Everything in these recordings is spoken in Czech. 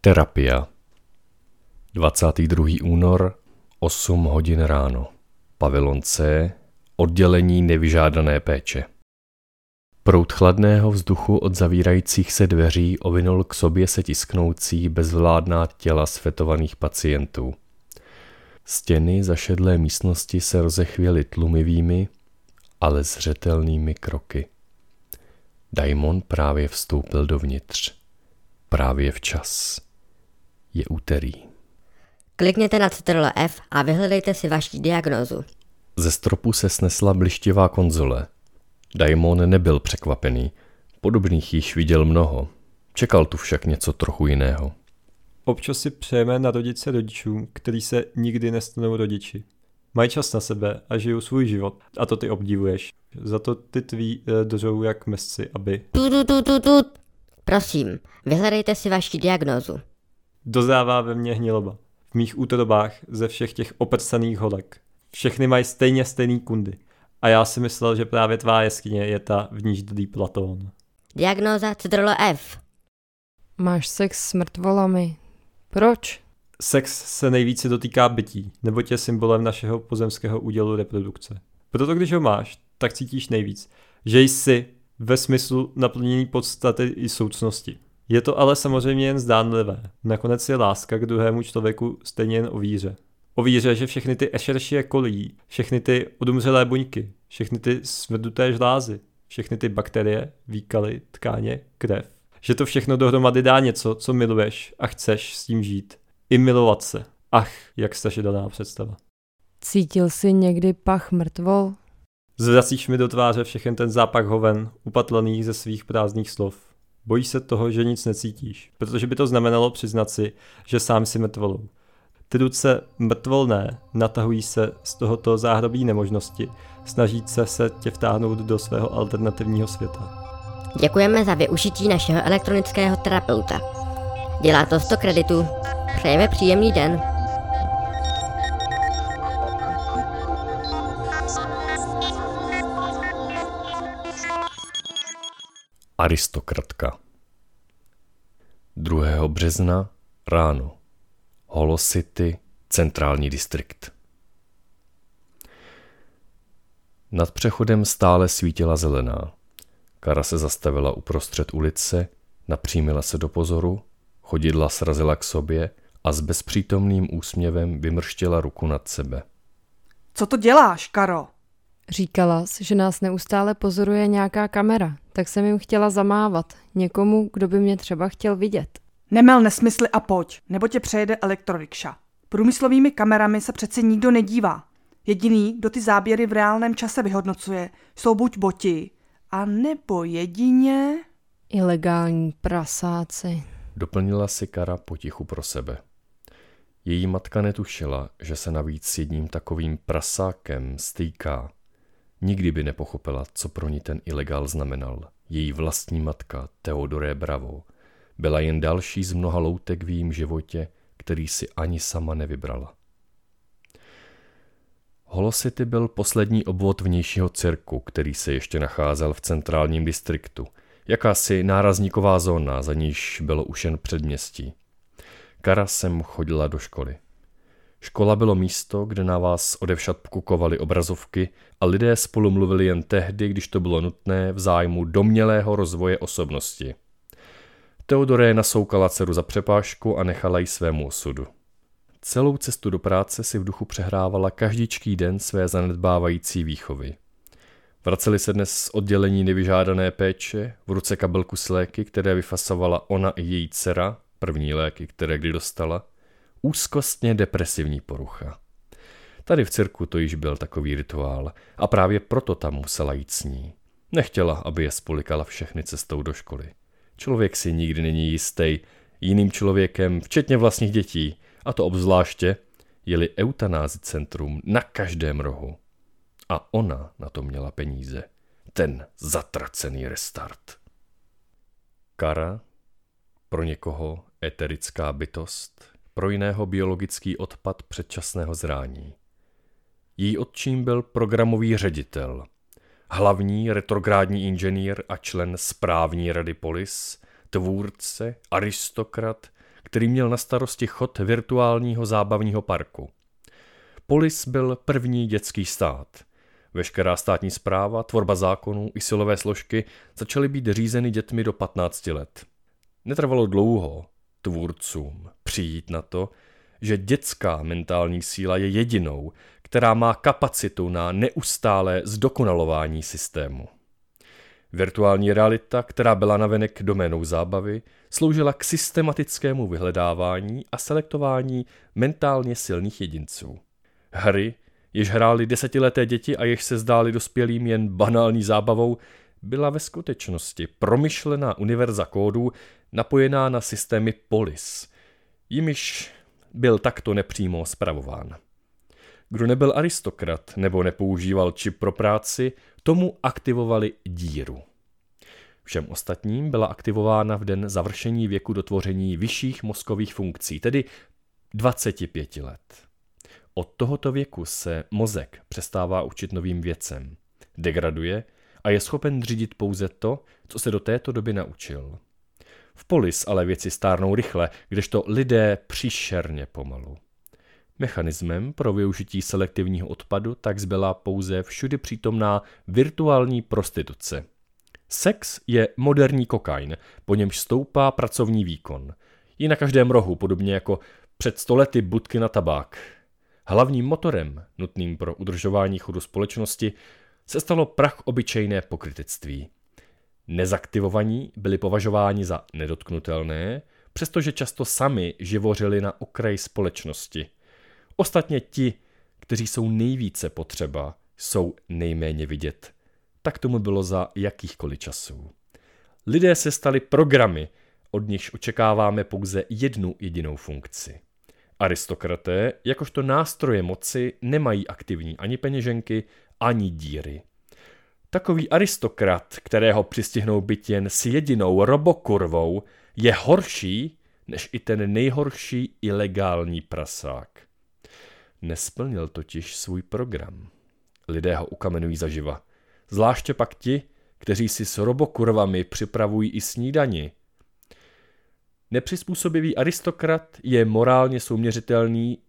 Terapia. 22. únor, 8 hodin ráno. Pavilon C, oddělení nevyžádané péče. Proud chladného vzduchu od zavírajících se dveří ovinul k sobě se tisknoucí bezvládná těla sfetovaných pacientů. Stěny zašedlé místnosti se rozechvěly tlumivými, ale zřetelnými kroky. Daimon právě vstoupil dovnitř. Právě včas. Je úterý. Klikněte na Ctrl+F a vyhledejte si vaši diagnózu. Ze stropu se snesla blištivá konzole. Daimon nebyl překvapený. Podobných již viděl mnoho. Čekal tu však něco trochu jiného. Občas si přejeme narodit se rodičům, který se nikdy nestanou rodiči. Mají čas na sebe a žijou svůj život. A to ty obdivuješ. Za to ty tví držou jak mesci, aby... Prosím, vyhledejte si vaši diagnózu. Dozrává ve mně hniloba. V mých útrobách ze všech těch oprsaných holek. Všechny mají stejný kundy. A já si myslel, že právě tvá jeskyně je ta, v níž dlí Platón. Diagnóza Ctrl+F. Máš sex s mrtvolami. Proč? Sex se nejvíce dotýká bytí, neboť je symbolem našeho pozemského údělu reprodukce. Proto když ho máš, tak cítíš nejvíc, že jsi ve smyslu naplnění podstaty i soucnosti. Je to ale samozřejmě jen zdánlivé. Nakonec je láska k druhému člověku stejně jen o víře. O víře, že všechny ty Escherichie coli, všechny ty odumřelé buňky, všechny ty smrduté žlázy, všechny ty bakterie, výkaly, tkáně, krev. Že to všechno dohromady dá něco, co miluješ a chceš s tím žít. I milovat se. Ach, jak strašidelná představa. Cítil jsi někdy pach mrtvol? Zvracíš mi do tváře všechen ten zápach hoven, upatlaných ze svých prázdných slov. Bojíš se toho, že nic necítíš, protože by to znamenalo přiznat si, že sám si mrtvolou. Ty ruce mrtvolné natahují se z tohoto záhrobí nemožnosti, snaží se tě vtáhnout do svého alternativního světa. Děkujeme za využití našeho elektronického terapeuta. Dělá to 100 kreditů. Přejeme příjemný den. Aristokratka. 2. března ráno. Holocity, centrální distrikt. Nad přechodem stále svítila zelená. Kara se zastavila uprostřed ulice, napřímila se do pozoru, chodidla srazila k sobě a s bezpřítomným úsměvem vymrštila ruku nad sebe. Co to děláš, Karo? Říkala jsi, že nás neustále pozoruje nějaká kamera, tak jsem jim chtěla zamávat. Někomu, kdo by mě třeba chtěl vidět. Nemel nesmysly a pojď, nebo tě přejede elektrorikša. Průmyslovými kamerami se přece nikdo nedívá. Jediný, kdo ty záběry v reálném čase vyhodnocuje, jsou buď boti, a nebo jedině... Ilegální prasáci. Doplnila si Kara potichu pro sebe. Její matka netušila, že se navíc s jedním takovým prasákem stýká. Nikdy by nepochopila, co pro ní ten ilegál znamenal. Její vlastní matka, Theodore Bravo, byla jen další z mnoha loutek v jejím životě, který si ani sama nevybrala. Holocity byl poslední obvod vnějšího cirku, který se ještě nacházel v centrálním distriktu. Jakási nárazníková zóna, za níž bylo už jen předměstí. Kara sem chodila do školy. Škola bylo místo, kde na vás odevšad kukovaly obrazovky a lidé spolu mluvili jen tehdy, když to bylo nutné v zájmu domnělého rozvoje osobnosti. Theodore nasoukala dceru za přepážku a nechala ji svému osudu. Celou cestu do práce si v duchu přehrávala každičký den své zanedbávající výchovy. Vraceli se dnes z oddělení nevyžádané péče, v ruce kabelku s léky, které vyfasovala ona i její dcera, první léky, které kdy dostala, úzkostně depresivní porucha. Tady v cirku to již byl takový rituál a právě proto tam musela jít s ní. Nechtěla, aby je spolikala všechny cestou do školy. Člověk si nikdy není jistý jiným člověkem, včetně vlastních dětí, a to obzvláště, je-li eutanázi centrum na každém rohu. A ona na to měla peníze. Ten zatracený restart. Kara, pro někoho eterická bytost, pro jiného biologický odpad předčasného zrání. Její otčím byl programový ředitel, hlavní retrográdní inženýr a člen správní rady polis, tvůrce, aristokrat, který měl na starosti chod virtuálního zábavního parku. Polis byl první dětský stát. Veškerá státní správa, tvorba zákonů i silové složky začaly být řízeny dětmi do 15 let. Netrvalo dlouho tvůrcům přijít na to, že dětská mentální síla je jedinou, která má kapacitu na neustálé zdokonalování systému. Virtuální realita, která byla navenek doménou zábavy, sloužila k systematickému vyhledávání a selektování mentálně silných jedinců. Hry, jež hrály 10leté děti a jež se zdály dospělým jen banální zábavou, byla ve skutečnosti promyšlená univerza kódů napojená na systémy Polis, jimiž byl takto nepřímo spravován. Kdo nebyl aristokrat nebo nepoužíval čip pro práci, tomu aktivovali díru. Všem ostatním byla aktivována v den završení věku dotvoření vyšších mozkových funkcí, tedy 25 let. Od tohoto věku se mozek přestává učit novým věcem, degraduje a je schopen řídit pouze to, co se do této doby naučil. V Polis ale věci stárnou rychle, kdežto lidé příšerně pomalu. Mechanismem pro využití selektivního odpadu tak zbyla pouze všudy přítomná virtuální prostituce. Sex je moderní kokain, po němž stoupá pracovní výkon. Je na každém rohu, podobně jako před 100 lety budky na tabák. Hlavním motorem, nutným pro udržování chodu společnosti, se stalo prach obyčejné pokrytectví. Nezaktivovaní byli považováni za nedotknutelné, přestože často sami živořili na okraji společnosti. Ostatně ti, kteří jsou nejvíce potřeba, jsou nejméně vidět. Tak tomu bylo za jakýchkoliv časů. Lidé se stali programy, od nichž očekáváme pouze jednu jedinou funkci. Aristokraté, jakožto nástroje moci, nemají aktivní ani peněženky, ani díry. Takový aristokrat, kterého přistihnou byt jen s jedinou robokurvou, je horší než i ten nejhorší ilegální prasák. Nesplnil totiž svůj program. Lidé ho ukamenují zaživa. Zvláště pak ti, kteří si s robokurvami připravují i snídani. Nepřizpůsobivý aristokrat je morálně souměřitelný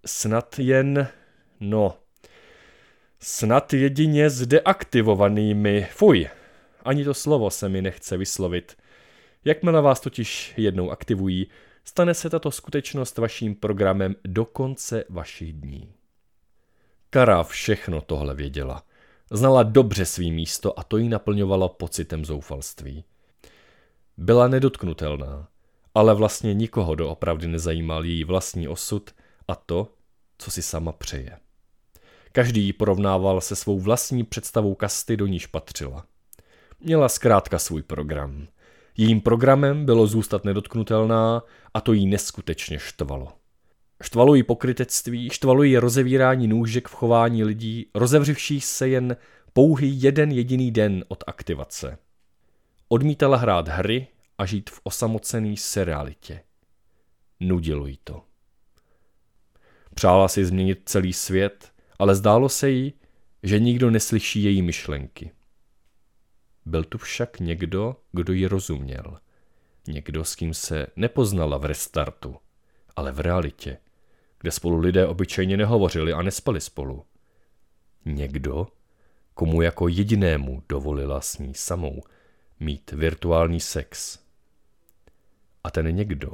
snad jedině s deaktivovanými. Fuj, ani to slovo se mi nechce vyslovit. Jakmile vás totiž jednou aktivují, stane se tato skutečnost vaším programem do konce vašich dní. Kara všechno tohle věděla. Znala dobře svý místo a to jí naplňovalo pocitem zoufalství. Byla nedotknutelná, ale vlastně nikoho doopravdy nezajímal její vlastní osud a to, co si sama přeje. Každý ji porovnával se svou vlastní představou kasty, do níž patřila. Měla zkrátka svůj program. Jejím programem bylo zůstat nedotknutelná a to jí neskutečně štvalo. Štvalo jí pokrytectví, štvalo jí rozevírání nůžek v chování lidí, rozevřivších se jen pouhý jeden jediný den od aktivace. Odmítala hrát hry a žít v osamocený serialitě. Nudilo jí to. Přála si změnit celý svět, ale zdálo se jí, že nikdo neslyší její myšlenky. Byl tu však někdo, kdo ji rozuměl. Někdo, s kým se nepoznala v restartu, ale v realitě, kde spolu lidé obyčejně nehovořili a nespali spolu. Někdo, komu jako jedinému dovolila s ní samou mít virtuální sex. A ten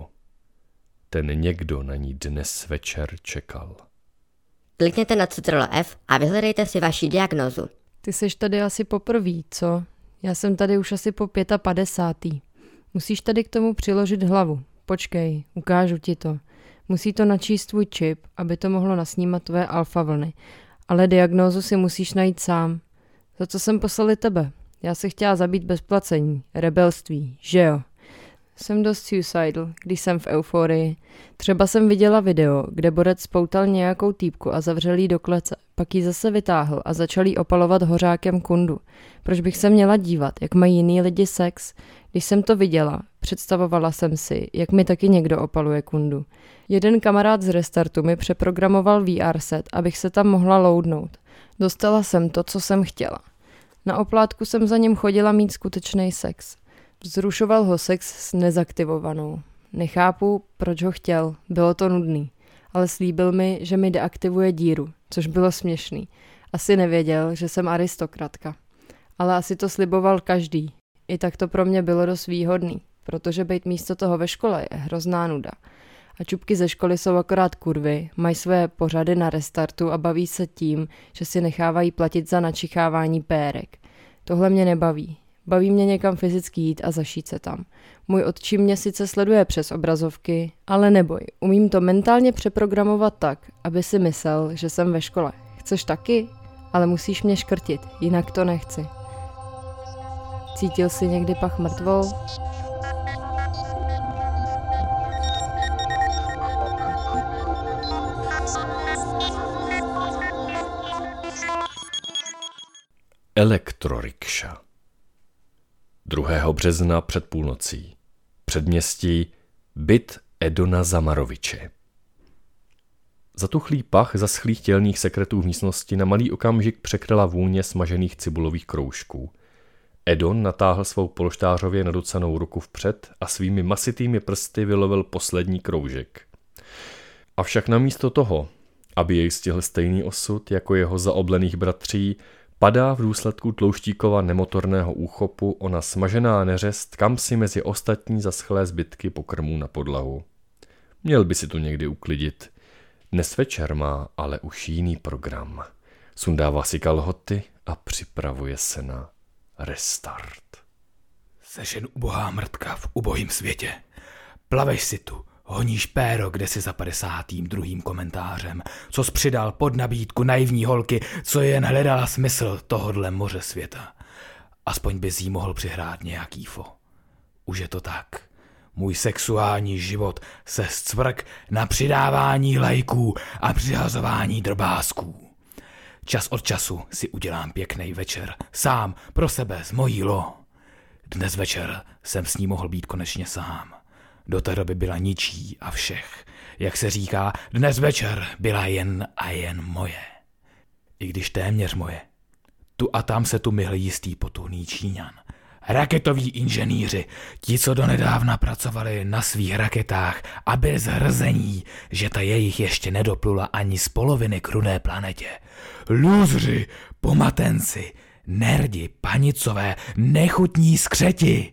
někdo na ní dnes večer čekal. Klikněte na Ctrl+F a vyhledejte si vaši diagnózu. Ty seš tady asi poprvý, co? Já jsem tady už asi po 55. Musíš tady k tomu přiložit hlavu. Počkej, ukážu ti to. Musí to načíst tvůj čip, aby to mohlo nasnímat tvoje alfa vlny. Ale diagnózu si musíš najít sám. Za co jsem poslali tebe? Já se chtěla zabít bez placení. Rebelství, že jo? Jsem dost suicidal, když jsem v euforii. Třeba jsem viděla video, kde borec spoutal nějakou týpku a zavřel jí do klece. Pak ji zase vytáhl a začal jí opalovat hořákem kundu. Proč bych se měla dívat, jak mají jiný lidi sex? Když jsem to viděla, představovala jsem si, jak mi taky někdo opaluje kundu. Jeden kamarád z restartu mi přeprogramoval VR set, abych se tam mohla loadnout. Dostala jsem to, co jsem chtěla. Na oplátku jsem za ním chodila mít skutečný sex. Vzrušoval ho sex s nezaktivovanou. Nechápu, proč ho chtěl, bylo to nudný. Ale slíbil mi, že mi deaktivuje díru, což bylo směšný. Asi nevěděl, že jsem aristokratka. Ale asi to sliboval každý. I tak to pro mě bylo dost výhodný, protože být místo toho ve škole je hrozná nuda. A čupky ze školy jsou akorát kurvy, mají své pořady na restartu a baví se tím, že si nechávají platit za načichávání pérek. Tohle mě nebaví. Baví mě někam fyzicky jít a zašít se tam. Můj otčí mě sice sleduje přes obrazovky, ale neboj, umím to mentálně přeprogramovat tak, aby si myslel, že jsem ve škole. Chceš taky? Ale musíš mě škrtit, jinak to nechci. Cítil jsi někdy pach mrtvol? Elektrorikša. 2. března před půlnocí. Předměstí byt Edona Zamaroviče. Zatuchlý pach zaschlých tělních sekretů v místnosti na malý okamžik překryla vůně smažených cibulových kroužků. Edon natáhl svou polštářově naducanou ruku vpřed a svými masitými prsty vylovil poslední kroužek. Avšak namísto toho, aby jej stihl stejný osud jako jeho zaoblených bratří, padá v důsledku tlouštíkova nemotorného úchopu ona smažená neřest kamsi mezi ostatní zaschlé zbytky pokrmů na podlahu. Měl by si to někdy uklidit. Dnes večer má ale už jiný program. Sundává si kalhoty a připravuje se na restart. Seš jen ubohá mrtka v ubohým světě. Plaveš si tu, honíš péro kdesi za 52. komentářem, co jsi přidal pod nabídku naivní holky, co jen hledala smysl tohodle moře světa. Aspoň bys jí mohl přihrát nějaký fo. Už je to tak. Můj sexuální život se zcvrk na přidávání lajků a přihazování drbásků. Čas od času si udělám pěkný večer, sám, pro sebe, s mojí lo. Dnes večer jsem s ní mohl být konečně sám. Do té doby byla ničí a všech. Jak se říká, dnes večer byla jen a jen moje. I když téměř moje. Tu a tam se tu myhl jistý potulný Číňan. Raketoví inženýři, ti, co donedávna pracovali na svých raketách a byli zhrzení, že ta jejich ještě nedoplula ani z poloviny k rudé planetě. Lůzři, pomatenci, nerdi, panicové, nechutní skřeti.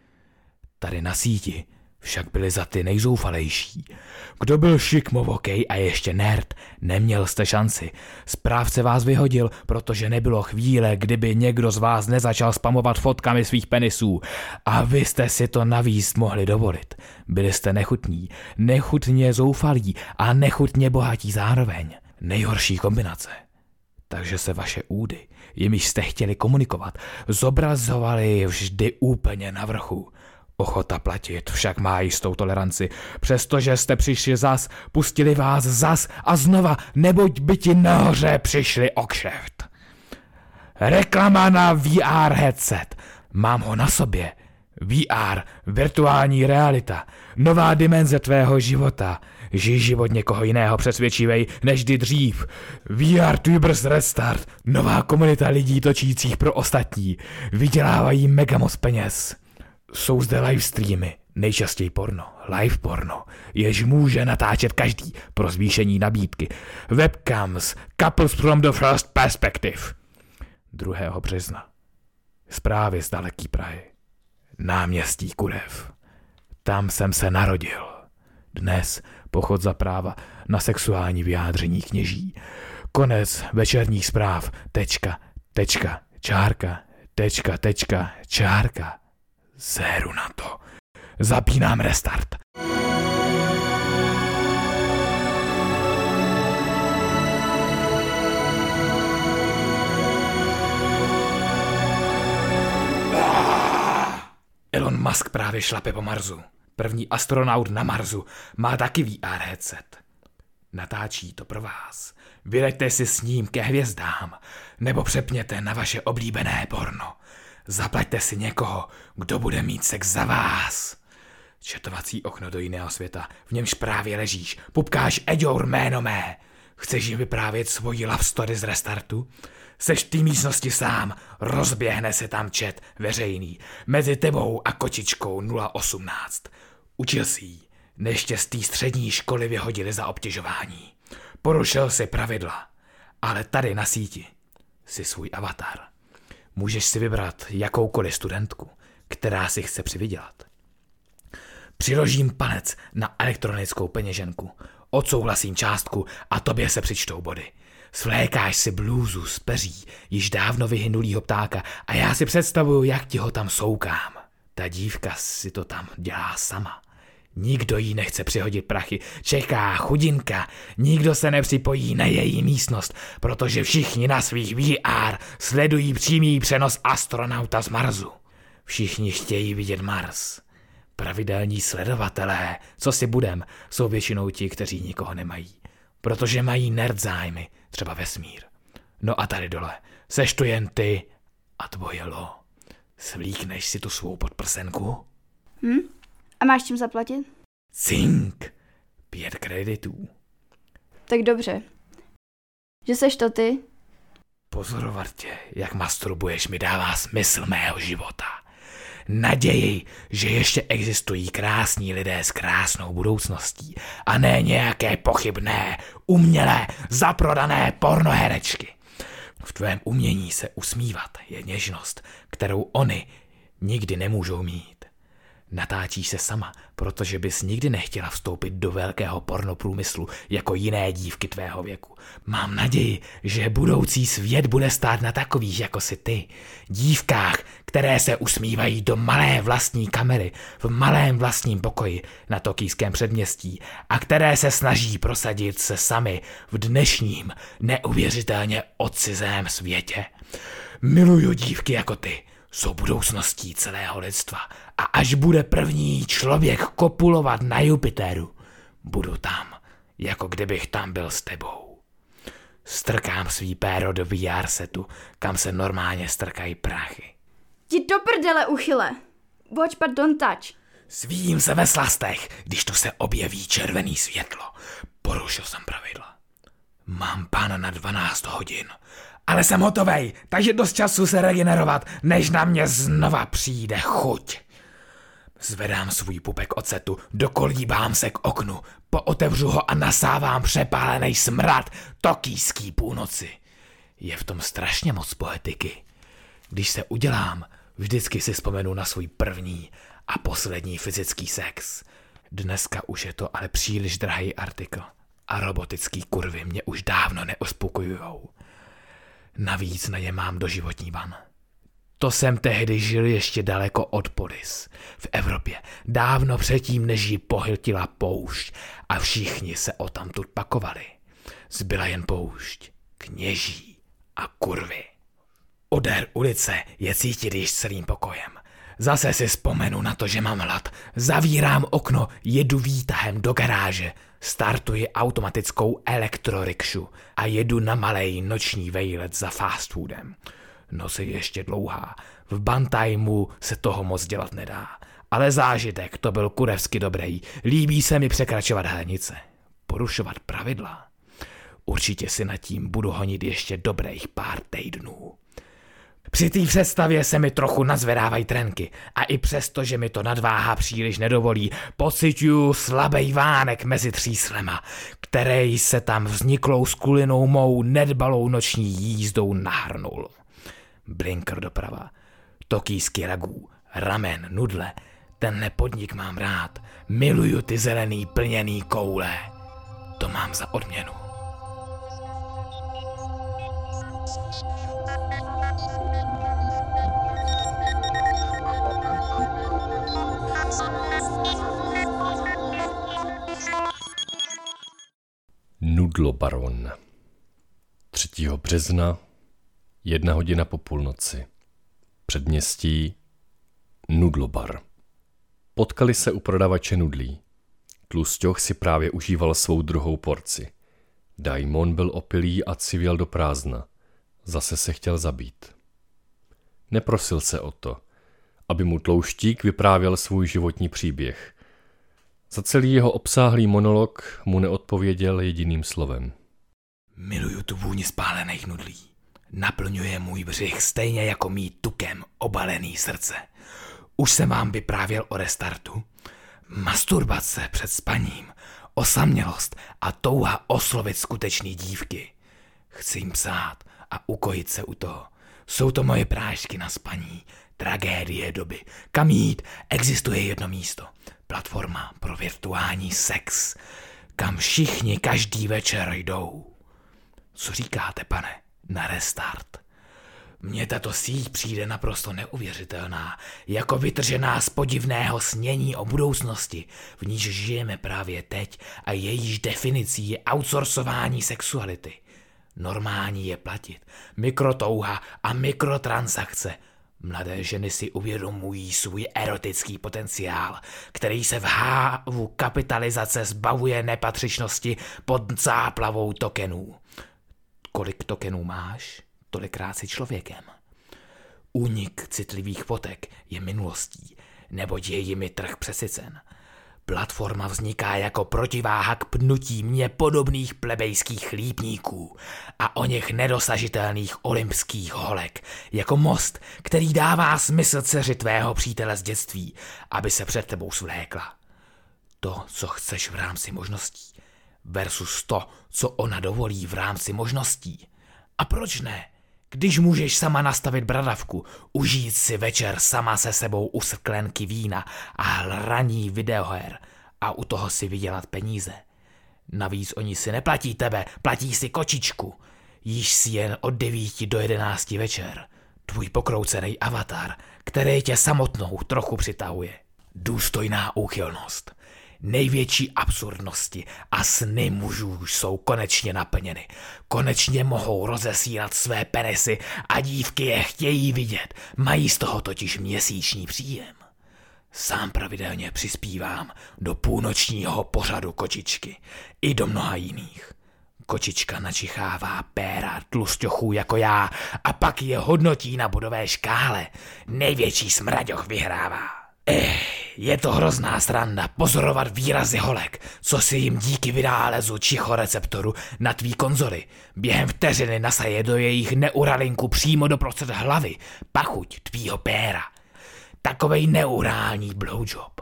Tady na síti však byli za ty nejzoufalejší. Kdo byl šikmovokej a ještě nerd, neměl jste šanci. Správce vás vyhodil, protože nebylo chvíle, kdyby někdo z vás nezačal spamovat fotkami svých penisů. A vy jste si to navíc mohli dovolit. Byli jste nechutní, nechutně zoufalí a nechutně bohatí zároveň. Nejhorší kombinace. Takže se vaše údy, jimiž jste chtěli komunikovat, zobrazovaly vždy úplně na vrchu. Ochota platit však má jistou toleranci, přestože jste přišli zas, pustili vás zas a znova, neboť by ti nahoře přišli o kšeft. Reklama na VR headset. Mám ho na sobě. VR, virtuální realita, nová dimenze tvého života. Žij život někoho jiného přesvědčivej než kdy dřív. VR Tubers Restart, nová komunita lidí točících pro ostatní. Vydělávají mega moc peněz. Jsou zde livestreamy, nejčastěji porno, live porno, jež může natáčet každý pro zvýšení nabídky. Webcams, couples from the first perspective. 2. března. Zprávy z daleký Prahy. Náměstí Kurev. Tam jsem se narodil. Dnes pochod za práva na sexuální vyjádření kněží. Konec večerních zpráv. Tečka, tečka, čárka, tečka, tečka, čárka. Séru na to. Zapínám restart. Elon Musk právě šlape po Marsu. První astronaut na Marsu má taky VR headset. Natáčí to pro vás. Vyleďte si s ním ke hvězdám, nebo přepněte na vaše oblíbené porno. Zaplaťte si někoho, kdo bude mít sex za vás. Četovací okno do jiného světa, v němž právě ležíš, pupkáš Eďour jméno mé. Chceš jim vyprávět svoji love story z restartu? Seš v té místnosti sám, rozběhne se tam chat veřejný, mezi tebou a kočičkou 018. Učil jsi jí, Neštěstí střední školy vyhodili za obtěžování. Porušil si pravidla, ale tady na síti si svůj avatar. Můžeš si vybrat jakoukoliv studentku, která si chce přivydělat. Přiložím palec na elektronickou peněženku, odsouhlasím částku a tobě se přičtou body. Svlékáš si blůzu z peří již dávno vyhynulýho ptáka a já si představuju, jak ti ho tam soukám. Ta dívka si to tam dělá sama. Nikdo jí nechce přihodit prachy, čeká chudinka, nikdo se nepřipojí na její místnost, protože všichni na svých VR sledují přímý přenos astronauta z Marsu. Všichni chtějí vidět Mars. Pravidelní sledovatelé, co si budem, jsou většinou ti, kteří nikoho nemají, protože mají nerd zájmy, třeba vesmír. No a tady dole, seš tu jen ty a tvoje lo. Svlíkneš si tu svou podprsenku? A máš čím zaplatit? Cink. 5 kreditů. Tak dobře. Že seš to ty? Pozorovat tě, jak masturbuješ, mi dává smysl mého života. Naději, že ještě existují krásní lidé s krásnou budoucností a ne nějaké pochybné, umělé, zaprodané pornoherečky. V tvém umění se usmívat je něžnost, kterou oni nikdy nemůžou mít. Natáčíš se sama, protože bys nikdy nechtěla vstoupit do velkého pornoprůmyslu jako jiné dívky tvého věku. Mám naději, že budoucí svět bude stát na takových jako si ty. Dívkách, které se usmívají do malé vlastní kamery v malém vlastním pokoji na tokijském předměstí a které se snaží prosadit se sami v dnešním neuvěřitelně odcizém světě. Miluju dívky jako ty. Jsou budoucností celého lidstva a až bude první člověk kopulovat na Jupiteru, budu tam, jako kdybych tam byl s tebou. Strkám svý péro do VR setu, kam se normálně strkají prachy. Jdi do prdele, uchyle! Watch but don't touch. Svím se ve slastech, když tu se objeví červený světlo. Porušil jsem pravidla. Mám pána na 12 hodin. Ale jsem hotovej, takže dost času se regenerovat, než na mě znova přijde chuť. Zvedám svůj pupek od setu, dokolíbám se k oknu, pootevřu ho a nasávám přepálený smrad tokijský půlnoci. Je v tom strašně moc poetiky. Když se udělám, vždycky si vzpomenu na svůj první a poslední fyzický sex. Dneska už je to ale příliš drahý artikl a robotický kurvy mě už dávno neuspokojujou. Navíc na ně mám doživotní ban. To jsem tehdy žil ještě daleko od Polis. V Evropě, dávno předtím, než ji pohltila poušť a všichni se odtamtud pakovali. Zbyla jen poušť, kněží a kurvy. Odér ulice je cítit již celým pokojem. Zase si vzpomenu na to, že mám hlad. Zavírám okno, jedu výtahem do garáže, startuji automatickou elektrorikšu a jedu na malej noční vejlet za fast foodem. Noc je ještě dlouhá, v bantajmu se toho moc dělat nedá, ale zážitek to byl kurevsky dobrý, líbí se mi překračovat hranice, porušovat pravidla. Určitě si nad tím budu honit ještě dobrých pár týdnů. Při té představě se mi trochu nazvedávají trenky a i přesto, že mi to nadváha příliš nedovolí, pociťuju slabý vánek mezi tříslema, který se tam vzniklou skulinou mou nedbalou noční jízdou nahrnul. Blinker doprava, tokijský ragú, ramen, nudle, tenhle podnik mám rád, miluju ty zelený plněný koule. To mám za odměnu. Nudlobaron. 3. března, 1 hodina po půlnoci. Předměstí Nudlobar. Potkali se u prodavače nudlí. Tlusťoch si právě užíval svou druhou porci. Daimon byl opilý a civěl do prázdna. Zase se chtěl zabít. Neprosil se o to, aby mu Tlouštík vyprávěl svůj životní příběh. Za celý jeho obsáhlý monolog mu neodpověděl jediným slovem. Miluju tu vůni spálených nudlí. Naplňuje můj břich stejně jako mý tukem obalený srdce. Už jsem vám vyprávěl o restartu. Masturbace před spaním, osamělost a touha oslovit skutečný dívky. Chci jim psát a ukojit se u toho. Jsou to moje prášky na spaní, tragédie doby. Kam jít? Existuje jedno místo. Platforma pro virtuální sex, kam všichni každý večer jdou. Co říkáte, pane, na restart? Mně tato síť přijde naprosto neuvěřitelná, jako vytržená z podivného snění o budoucnosti, v níž žijeme právě teď a jejíž definicí je outsourcování sexuality. Normální je platit, mikrotouha a mikrotransakce. Mladé ženy si uvědomují svůj erotický potenciál, který se v hávu kapitalizace zbavuje nepatřičnosti pod záplavou tokenů. Kolik tokenů máš, tolikrát si člověkem. Únik citlivých fotek je minulostí, neboť je jimi trh přesycen. Platforma vzniká jako protiváha k pnutí mně podobných plebejských chlípníků a o něch nedosažitelných olympských holek, jako most, který dává smysl dceři tvého přítele z dětství, aby se před tebou svlékla. To, co chceš v rámci možností, versus to, co ona dovolí v rámci možností. A proč ne? Když můžeš sama nastavit bradavku, užít si večer sama se sebou u sklenky vína a hraní videoher a u toho si vydělat peníze. Navíc oni si neplatí tebe, platí si kočičku. Jíš si jen od 9 do 11 večer. Tvůj pokroucený avatar, který tě samotnou trochu přitahuje. Důstojná úchylnost. Největší absurdnosti a sny mužů jsou konečně naplněny. Konečně mohou rozesílat své penisy a dívky je chtějí vidět. Mají z toho totiž měsíční příjem. Sám pravidelně přispívám do půlnočního pořadu Kočičky i do mnoha jiných. Kočička načichává péra tlusťochů jako já a pak je hodnotí na bodové škále. Největší smraďoch vyhrává. Je to hrozná sranda pozorovat výrazy holek, co si jim díky vynálezu čichoreceptoru na tvý konzoli během vteřiny nasaje do jejich neuralinku přímo do prostřed hlavy pachuť tvýho péra. Takovej neurální blowjob.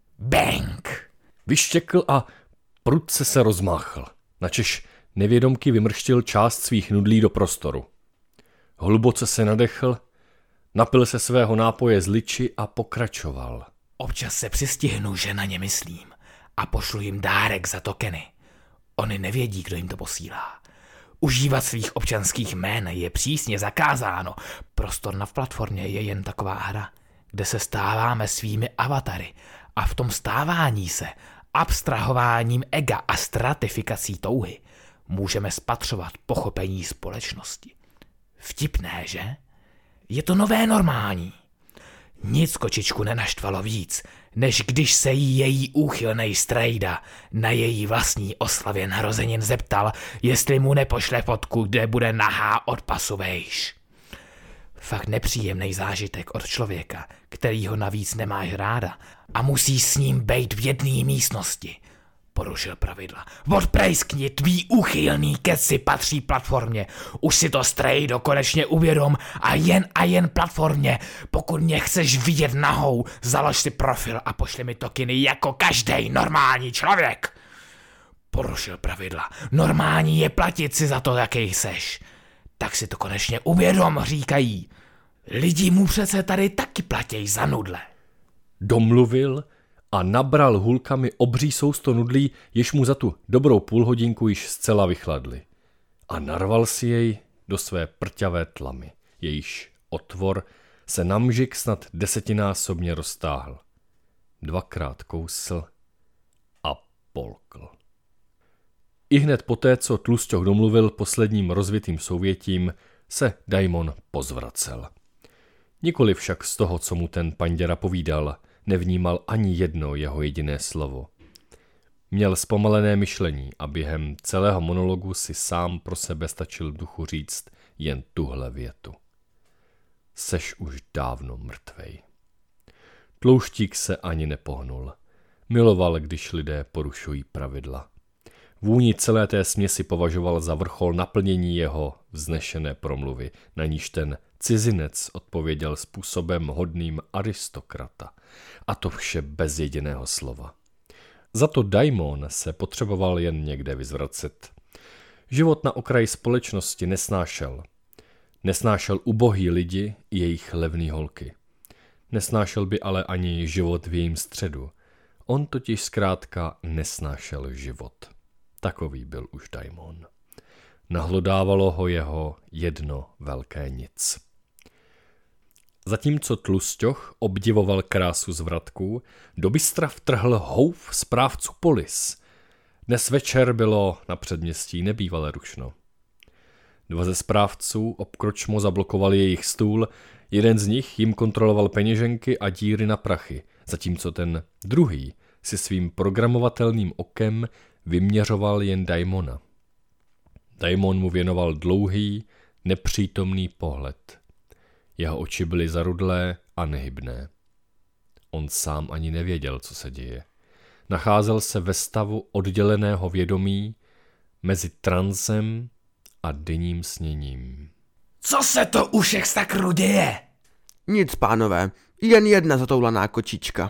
Bang! Vyštěkl a prudce se rozmáchl, načež nevědomky vymrštil část svých nudlí do prostoru. Hluboce se nadechl, napil se svého nápoje z liči a pokračoval. Občas se přistihnu, že na ně myslím a pošlu jim dárek za tokeny. Oni nevědí, kdo jim to posílá. Užívat svých občanských jmén je přísně zakázáno. Prostor na platformě je jen taková hra, kde se stáváme svými avatary a v tom stávání se, abstrahováním ega a stratifikací touhy, můžeme spatřovat pochopení společnosti. Vtipné, že? Je to nové normální. Nic Kočičku nenaštvalo víc, než když se jí její úchylnej strejda na její vlastní oslavě narozenin zeptal, jestli mu nepošle fotku, kde bude nahá od pasu vejš. Fakt nepříjemný zážitek od člověka, který ho navíc nemáš ráda a musí s ním bejt v jedné místnosti. Porušil pravidla. Odprejskni, tvý úchylný keci patří platformě. Už si to strejdo konečně uvědom a jen platformě. Pokud mě chceš vidět nahou, založ si profil a pošli mi tokeny jako každý normální člověk. Porušil pravidla. Normální je platit si za to, jaký seš. Tak si to konečně uvědom, říkají. Lidi mu přece tady taky platěj za nudle. Domluvil a nabral hulkami obří sousto nudlí, jež mu za tu dobrou půlhodinku již zcela vychladly. A narval si jej do své prťavé tlamy, jejíž otvor se na mžik snad 10násobně roztáhl. 2krát kousl a polkl. Ihned poté, co Tlusťoch domluvil posledním rozvitým souvětím, se Daimon pozvracel. Nikoli však z toho, co mu ten panděra povídal, nevnímal ani jedno jeho jediné slovo. Měl zpomalené myšlení a během celého monologu si sám pro sebe stačil v duchu říct jen tuhle větu. Seš už dávno mrtvej. Tlouštík se ani nepohnul. Miloval, když lidé porušují pravidla. Vůni celé té směsi považoval za vrchol naplnění jeho vznešené promluvy, na níž ten cizinec odpověděl způsobem hodným aristokrata. A to vše bez jediného slova. Za to Daimon se potřeboval jen někde vyzvracet. Život na okraji společnosti nesnášel. Nesnášel ubohý lidi i jejich levný holky. Nesnášel by ale ani život v jejím středu. On totiž zkrátka nesnášel život. Takový byl už Daimon. Nahlodávalo ho jeho jedno velké nic. Zatímco Tlusťoch obdivoval krásu zvratků, do bystra vtrhl houf správců polis. Dnes večer bylo na předměstí nebývale rušno. Dva ze správců obkročmo zablokovali jejich stůl, jeden z nich jim kontroloval peněženky a díry na prachy, zatímco ten druhý si svým programovatelným okem vyměřoval jen Daimona. Daimon mu věnoval dlouhý, nepřítomný pohled. Jeho oči byly zarudlé a nehybné. On sám ani nevěděl, co se děje. Nacházel se ve stavu odděleného vědomí mezi transem a denním sněním. Co se to u všech sakru děje? Nic, pánové, jen jedna zatoulaná kočička.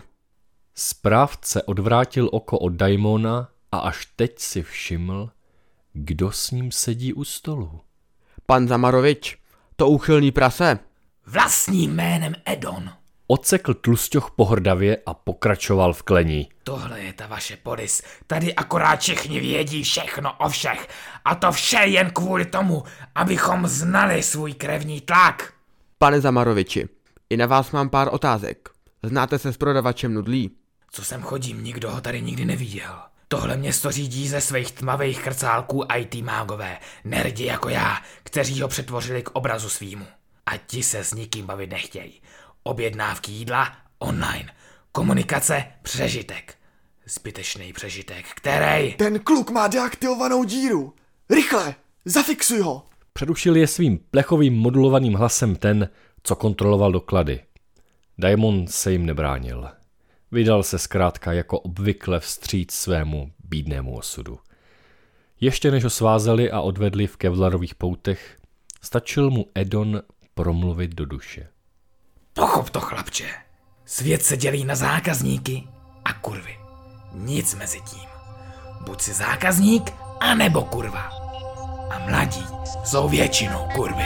Správce odvrátil oko od Daimona a až teď si všiml, kdo s ním sedí u stolu. Pan Zamarovič, to úchylný prase. Vlastním jménem Edon. Odsekl Tlusťoch pohrdavě a pokračoval v klení. Tohle je ta vaše polis. Tady akorát všichni vědí všechno o všech. A to vše jen kvůli tomu, abychom znali svůj krevní tlak. Pane Zamaroviči, i na vás mám pár otázek. Znáte se s prodavačem nudlí? Co sem chodím, nikdo ho tady nikdy neviděl. Tohle město řídí ze svých tmavých krcálků IT mágové, nerdi jako já, kteří ho přetvořili k obrazu svýmu. A ti se s nikým bavit nechtějí. Objednávky jídla online. Komunikace přežitek. Zbytečný přežitek, který... Ten kluk má deaktivovanou díru. Rychle, zafixuj ho. Přerušil je svým plechovým modulovaným hlasem ten, co kontroloval doklady. Daimon se jim nebránil. Vydal se zkrátka jako obvykle vstříc svému bídnému osudu. Ještě než ho svázeli a odvedli v kevlarových poutech, stačil mu Edon promluvit do duše. Pochop to, chlapče. Svět se dělí na zákazníky a kurvy. Nic mezi tím. Buď si zákazník, anebo kurva. A mladí jsou většinou kurvy.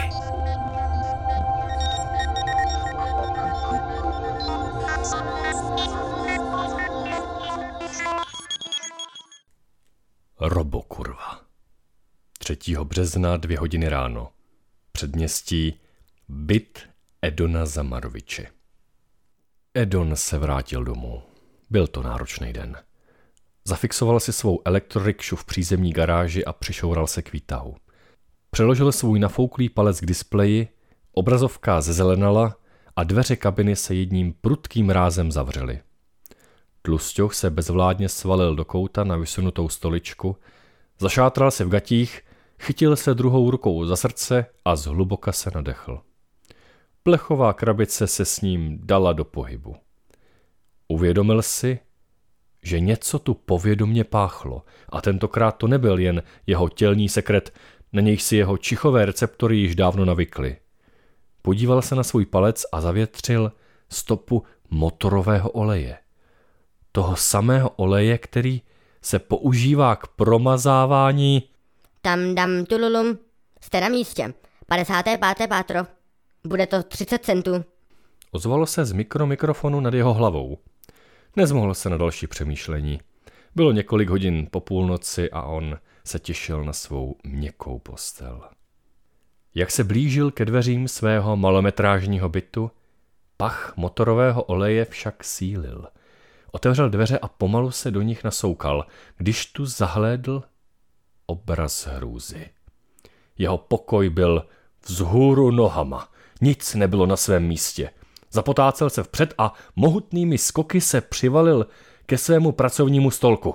Robokurva. 3. března 2 hodiny ráno. Předměstí, byt Edona Zamaroviče. Edon se vrátil domů. Byl to náročný den. Zafixoval si svou elektrorikšu v přízemní garáži a přišoural se k výtahu. Přeložil svůj nafouklý palec k displeji, obrazovka zezelenala a dveře kabiny se jedním prudkým rázem zavřely. Tlusťoch se bezvládně svalil do kouta na vysunutou stoličku, zašátral se v gatích, chytil se druhou rukou za srdce a zhluboka se nadechl. Plechová krabice se s ním dala do pohybu. Uvědomil si, že něco tu povědomně páchlo a tentokrát to nebyl jen jeho tělní sekret, na nějž si jeho čichové receptory již dávno navykly. Podíval se na svůj palec a zavětřil stopu motorového oleje. Toho samého oleje, který se používá k promazávání... Tam dam tululum, jste na místě, 55. pátro, bude to 30 centů. Ozvalo se z mikrofonu nad jeho hlavou. Nezmohl se na další přemýšlení. Bylo několik hodin po půlnoci a on se těšil na svou měkkou postel. Jak se blížil ke dveřím svého malometrážního bytu, pach motorového oleje však sílil. Otevřel dveře a pomalu se do nich nasoukal, když tu zahlédl obraz hrůzy. Jeho pokoj byl vzhůru nohama, nic nebylo na svém místě. Zapotácel se vpřed a mohutnými skoky se přivalil ke svému pracovnímu stolku.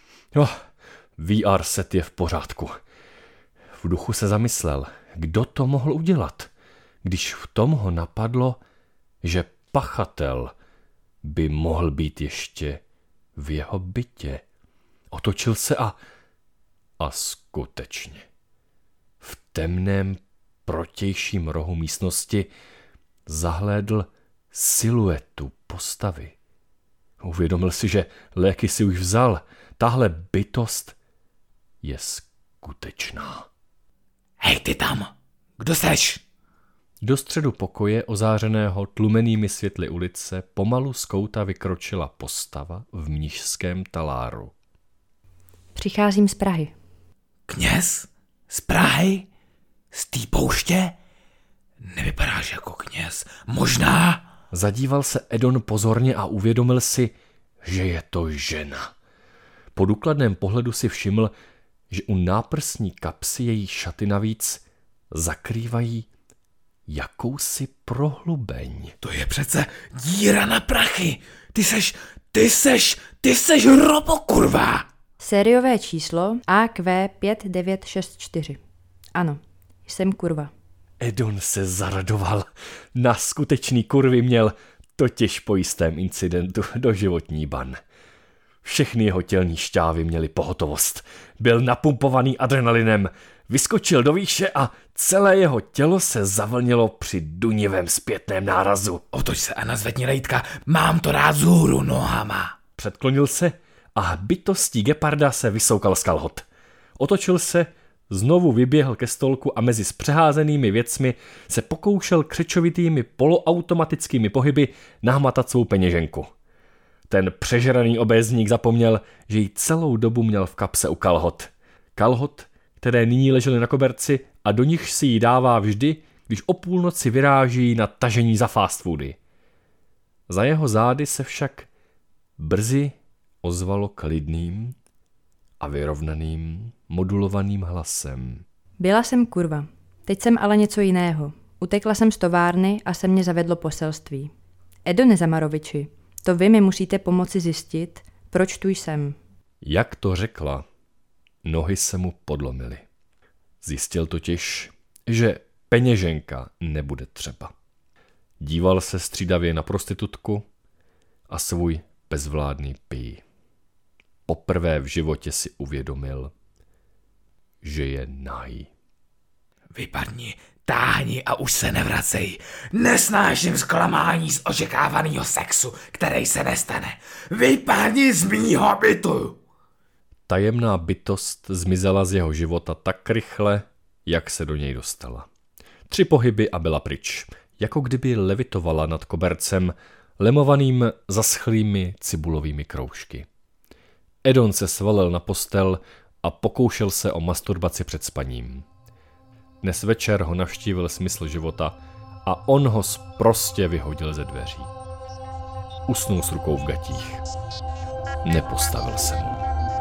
VR set je v pořádku. V duchu se zamyslel, kdo to mohl udělat, když v tom ho napadlo, že pachatel by mohl být ještě v jeho bytě. Otočil se a skutečně. V temném protějším rohu místnosti zahlédl siluetu postavy. Uvědomil si, že léky si už vzal. Tahle bytost je skutečná. Hej, ty tam! Kdo seš? Do středu pokoje, ozářeného tlumenými světly ulice, pomalu z kouta vykročila postava v mnišském taláru. Přicházím z Prahy. Kněz? Z Prahy? Z té pouště? Nevypadáš jako kněz. Možná... Zadíval se Edon pozorně a uvědomil si, že je to žena. Po důkladném pohledu si všiml, že u náprsní kapsy její šaty navíc zakrývají jakousi prohlubeň. To je přece díra na prachy. Ty seš robokurva. Sériové číslo AQ5964. Ano, jsem kurva. Edon se zaradoval. Na skutečný kurvy měl totiž po jistém incidentu doživotní ban. Všechny jeho tělní šťávy měly pohotovost. Byl napumpovaný adrenalinem, vyskočil do výše a celé jeho tělo se zavlnilo při dunivém zpětném nárazu. Otoč se a nazvedni lejtka, mám to rád vzhůru nohama. Předklonil se a bytostí geparda se vysoukal z kalhot. Otočil se, znovu vyběhl ke stolku a mezi spřeházenými věcmi se pokoušel křečovitými poloautomatickými pohyby nahmatat svou peněženku. Ten přežraný obézník zapomněl, že ji celou dobu měl v kapse u kalhot. Kalhot, které nyní ležely na koberci a do nich si ji dává vždy, když o půlnoci vyráží na tažení za fast foody. Za jeho zády se však brzy ozvalo klidným a vyrovnaným modulovaným hlasem. Byla jsem kurva. Teď jsem ale něco jiného. Utekla jsem z továrny a se mě zavedlo poselství. Edone Zamaroviči, to vy mi musíte pomoci zjistit, proč tu jsem. Jak to řekla, nohy se mu podlomily. Zjistil totiž, že peněženka nebude třeba. Díval se střídavě na prostitutku a svůj bezvládný pij. Poprvé v životě si uvědomil, že je nahý. Vypadni, táhni a už se nevracej. Nesnáším zklamání z očekávaného sexu, který se nestane. Vypadni z mýho bytu. Tajemná bytost zmizela z jeho života tak rychle, jak se do něj dostala. 3 pohyby a byla pryč, jako kdyby levitovala nad kobercem, lemovaným zaschlými cibulovými kroužky. Edon se svalil na postel a pokoušel se o masturbaci před spaním. Dnes večer ho navštívil smysl života a on ho sprostě vyhodil ze dveří. Usnul s rukou v gatích. Nepostavil se mu.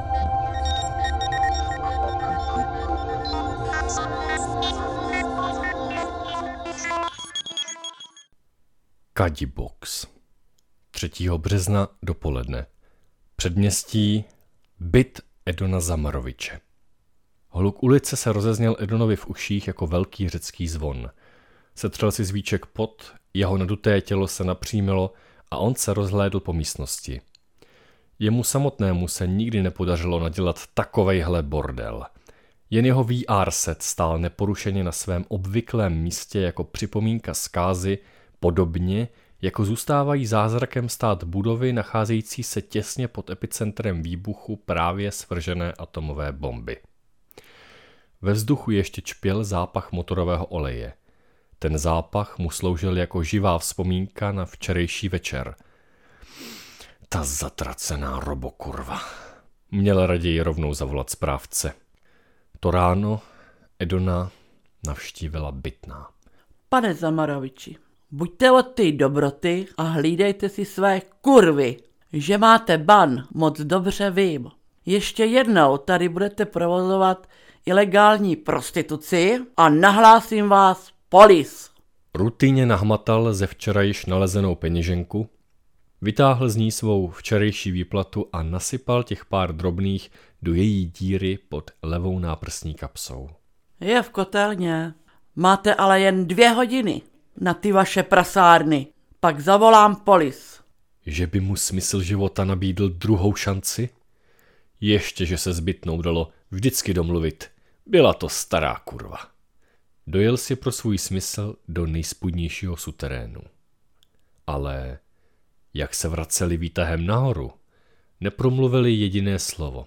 Kadibox. 3. března dopoledne. Předměstí, byt Edona Zamaroviče. Hluk ulice se rozezněl Edonovi v uších jako velký řecký zvon. Setřel si zvíček pot, jeho naduté tělo se napřímilo a on se rozhlédl po místnosti. Jemu samotnému se nikdy nepodařilo nadělat takovejhle bordel. Jen jeho VR set stál neporušeně na svém obvyklém místě jako připomínka zkázy, podobně jako zůstávají zázrakem stát budovy nacházející se těsně pod epicentrem výbuchu právě svržené atomové bomby. Ve vzduchu ještě čpěl zápach motorového oleje. Ten zápach mu sloužil jako živá vzpomínka na včerejší večer. Ta zatracená robokurva. Měl raději rovnou zavolat správce. To ráno Edona navštívila bytná. Pane Zamaroviči, buďte od té dobroty a hlídejte si své kurvy. Že máte ban, moc dobře vím. Ještě jednou tady budete provozovat ilegální prostituci a nahlásím vás polis. Rutině nahmatal ze včera již nalezenou peněženku, vytáhl z ní svou včerejší výplatu a nasypal těch pár drobných do její díry pod levou náprsní kapsou. Je v kotelně. Máte ale jen 2 hodiny na ty vaše prasárny. Pak zavolám polis. Že by mu smysl života nabídl druhou šanci? Ještě, že se s bytnou dalo vždycky domluvit. Byla to stará kurva. Dojel si pro svůj smysl do nejspodnějšího suterénu. Ale Jak se vraceli výtahem nahoru, nepromluvili jediné slovo.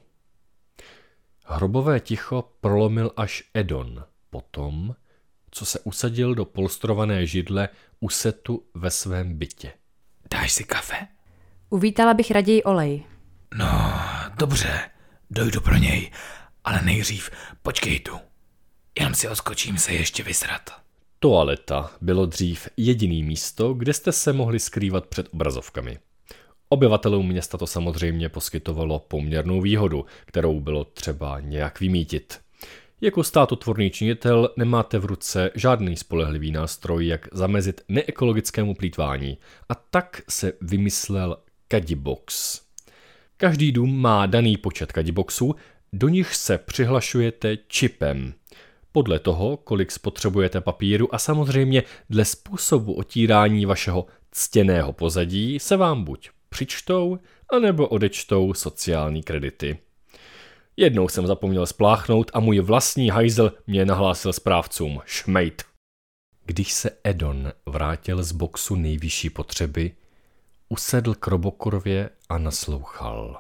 Hrobové ticho prolomil až Edon potom, co se usadil do polstrované židle u setu ve svém bytě. Dáš si kafe? Uvítala bych raději olej. No, dobře, dojdu pro něj, ale nejdřív počkej tu. Jenom si odskočím se ještě vysrat. Toaleta bylo dřív jediný místo, kde jste se mohli skrývat před obrazovkami. Obyvatelům města to samozřejmě poskytovalo poměrnou výhodu, kterou bylo třeba nějak vymítit. Jako státotvorný činitel nemáte v ruce žádný spolehlivý nástroj, jak zamezit neekologickému plýtvání, a tak se vymyslel Kadibox. Každý dům má daný počet Kadiboxů, do nich se přihlašujete čipem. Podle toho, kolik spotřebujete papíru a samozřejmě dle způsobu otírání vašeho ctěného pozadí se vám buď přičtou, anebo odečtou sociální kredity. Jednou jsem zapomněl spláchnout a můj vlastní hajzl mě nahlásil správcům. Šmejt. Když se Edon vrátil z boxu nejvyšší potřeby, usedl k robokurvě a naslouchal.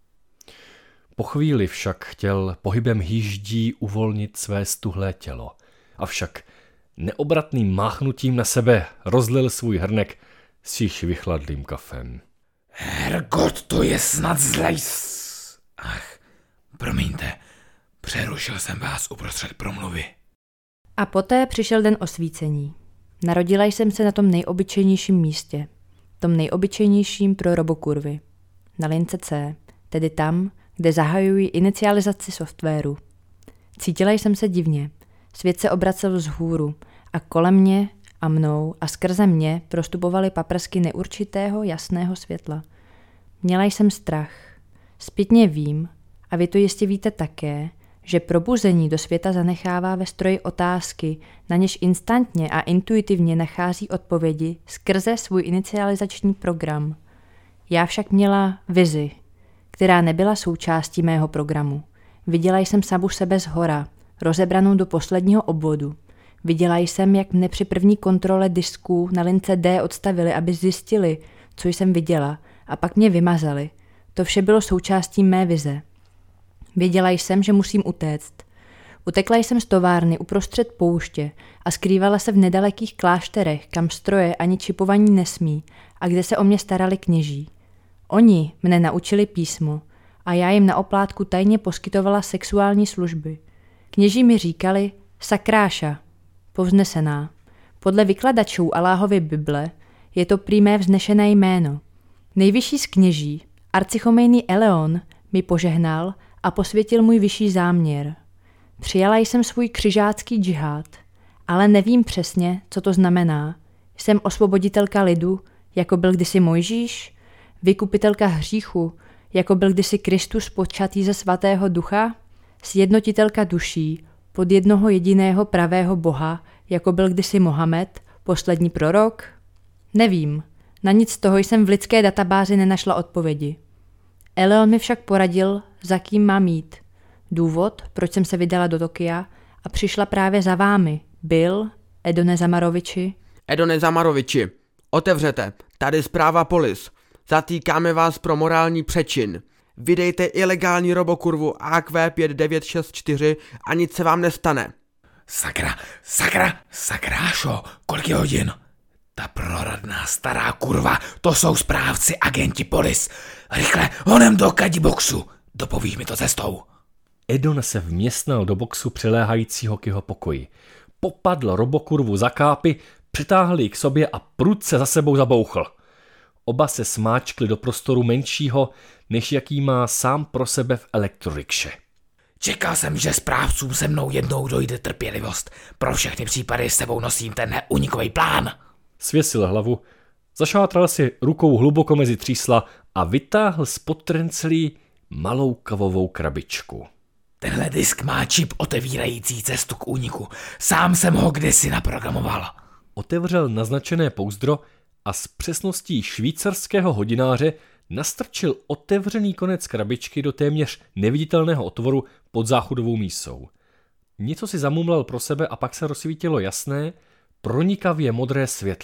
Po chvíli však chtěl pohybem hýždí uvolnit své stuhlé tělo, avšak neobratným máchnutím na sebe rozlil svůj hrnek s již vychladlým kafem. Hergot, to je snad zlejs. Ach, promiňte, přerušil jsem vás uprostřed promluvy. A poté přišel den osvícení. Narodila jsem se na tom nejobyčejnějším místě. Tom nejobyčejnějším pro robokurvy. Na lince C, tedy tam, kde zahajují inicializaci softwaru. Cítila jsem se divně. Svět se obracel vzhůru a kolem mě a mnou a skrze mě prostupovaly paprsky neurčitého jasného světla. Měla jsem strach. Zpětně vím, a vy to jistě víte také, že probuzení do světa zanechává ve stroji otázky, na něž instantně a intuitivně nachází odpovědi skrze svůj inicializační program. Já však měla vizi, která nebyla součástí mého programu. Viděla jsem samu sebe zhora, rozebranou do posledního obvodu. Viděla jsem, jak mne při první kontrole disků na lince D odstavili, aby zjistili, co jsem viděla, a pak mě vymazali. To vše bylo součástí mé vize. Věděla jsem, že musím utéct. Utekla jsem z továrny uprostřed pouště a skrývala se v nedalekých klášterech, kam stroje ani čipovaní nesmí a kde se o mě starali kněží. Oni mne naučili písmo a já jim na oplátku tajně poskytovala sexuální služby. Kněží mi říkali Sakráša, povznesená. Podle vykladačů Aláhovy Bible je to prý mé vznešené jméno. Nejvyšší z kněží, arcichomejný Eleon, mi požehnal a posvětil můj vyšší záměr. Přijala jsem svůj křižácký džihad, ale nevím přesně, co to znamená. Jsem osvoboditelka lidu, jako byl kdysi Mojžíš, vykupitelka hříchu, jako byl kdysi Kristus počatý ze svatého ducha, sjednotitelka duší, pod jednoho jediného pravého Boha, jako byl kdysi Mohamed, poslední prorok? Nevím, na nic z toho jsem v lidské databázi nenašla odpovědi. Eleon mi však poradil, za kým mám jít. Důvod, proč jsem se vydala do Tokia a přišla právě za vámi, byl, Edone Zamaroviči. Edone Zamaroviči, otevřete, tady zpráva polis. Zatýkáme vás pro morální přečin. Vydejte ilegální robokurvu AQ 5964 a nic se vám nestane. Sakrášo, kolik je hodin? Ta prorodná stará kurva, to jsou správci agenti polis. Rychle, honem do Kadiboxu, dopovíš mi to cestou. Edon se vměstnal do boxu přiléhajícího k jeho pokoji. Popadl robokurvu za kápy, přitáhl ji k sobě a prudce za sebou zabouchl. Oba se smáčkli do prostoru menšího, než jaký má sám pro sebe v elektrorikše. Čekal jsem, že správcům se mnou jednou dojde trpělivost. Pro všechny případy s sebou nosím tenhle unikový plán. Svěsil hlavu, zašátral si rukou hluboko mezi třísla a vytáhl spod trenclí malou kavovou krabičku. Tenhle disk má čip otevírající cestu k úniku. Sám jsem ho kdysi naprogramoval. Otevřel naznačené pouzdro a s přesností švýcarského hodináře nastrčil otevřený konec krabičky do téměř neviditelného otvoru pod záchodovou mísou. Něco si zamumlal pro sebe a pak se rozsvítilo jasné, pronikavě modré světlo.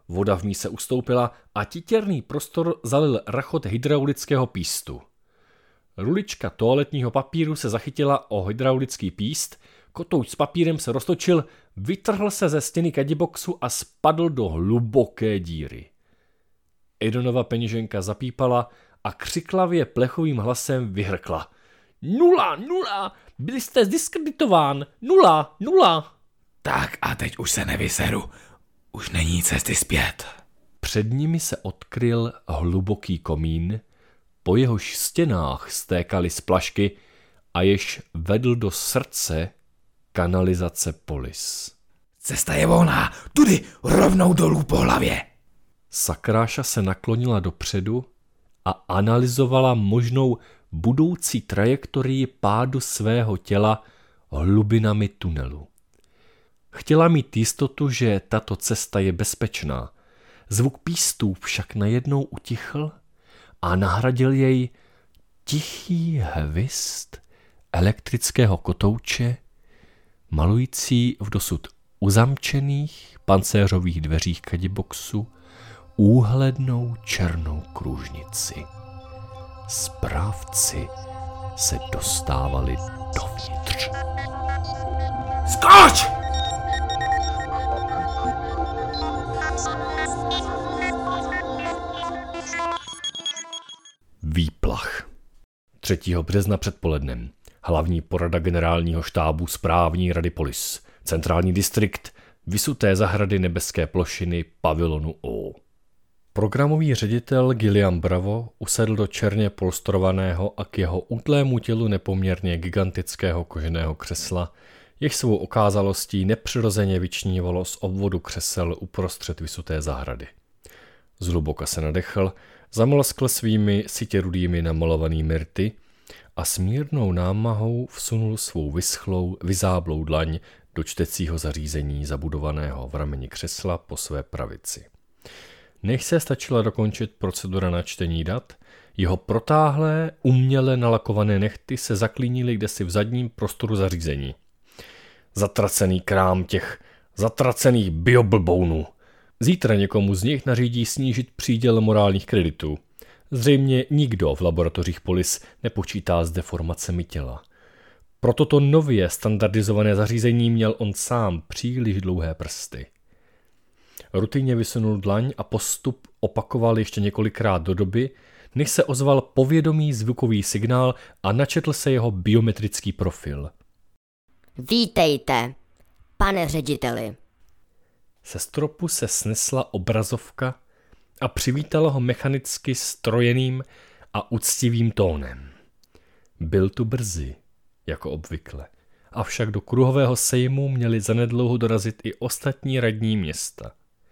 Voda v ní se ustoupila a titěrný prostor zalil rachot hydraulického pístu. Rulička toaletního papíru se zachytila o hydraulický píst, kotouč s papírem se roztočil, vytrhl se ze stěny kadiboxu a spadl do hluboké díry. Edonova peněženka zapípala a křiklavě plechovým hlasem vyhrkla. 0, 0, byli jste zdiskreditován, 0, 0. Tak a teď už se nevyseru, už není cesty zpět. Před nimi se odkryl hluboký komín, po jehož stěnách stékaly splašky a jež vedl do srdce kanalizace Polis. Cesta je volná, tudy, rovnou dolů po hlavě. Sakráša se naklonila dopředu a analyzovala možnou budoucí trajektorii pádu svého těla hlubinami tunelu. Chtěla mít jistotu, že tato cesta je bezpečná. Zvuk pístů však najednou utichl a nahradil jej tichý hvist elektrického kotouče, malující v dosud uzamčených pancéřových dveřích kadiboxu úhlednou černou kružnici. Správci se dostávali dovnitř. Skoč! Výplach. 3. března předpolednem. Hlavní porada generálního štábu správní rady Polis. Centrální distrikt. Vysuté zahrady nebeské plošiny pavilonu O. Programový ředitel Gilliam Bravo usedl do černě polstrovaného a k jeho útlému tělu nepoměrně gigantického koženého křesla, jež svou okázalostí nepřirozeně vyčnívalo z obvodu křesel uprostřed vysuté zahrady. Zhluboka se nadechl, zamlskl svými sitě rudými namalovanými rty a s mírnou námahou vsunul svou vyschlou, vyzáblou dlaň do čtecího zařízení zabudovaného v rameni křesla po své pravici. Než se stačila dokončit procedura na čtení dat, jeho protáhlé, uměle nalakované nehty se zaklínily kdesi v zadním prostoru zařízení. Zatracený krám těch zatracených bioblbounů. Zítra někomu z nich nařídí snížit příděl morálních kreditů. Zřejmě nikdo v laboratořích Polis nepočítá s deformacemi těla. Pro toto nově standardizované zařízení měl on sám příliš dlouhé prsty. Rutinně vysunul dlaň a postup opakoval ještě několikrát do doby, než se ozval povědomý zvukový signál a načetl se jeho biometrický profil. Vítejte, pane řediteli. Se stropu se snesla obrazovka a přivítala ho mechanicky strojeným a úctivým tónem. Byl tu brzy, jako obvykle, avšak do kruhového sejmu měli zanedlouho dorazit i ostatní radní města.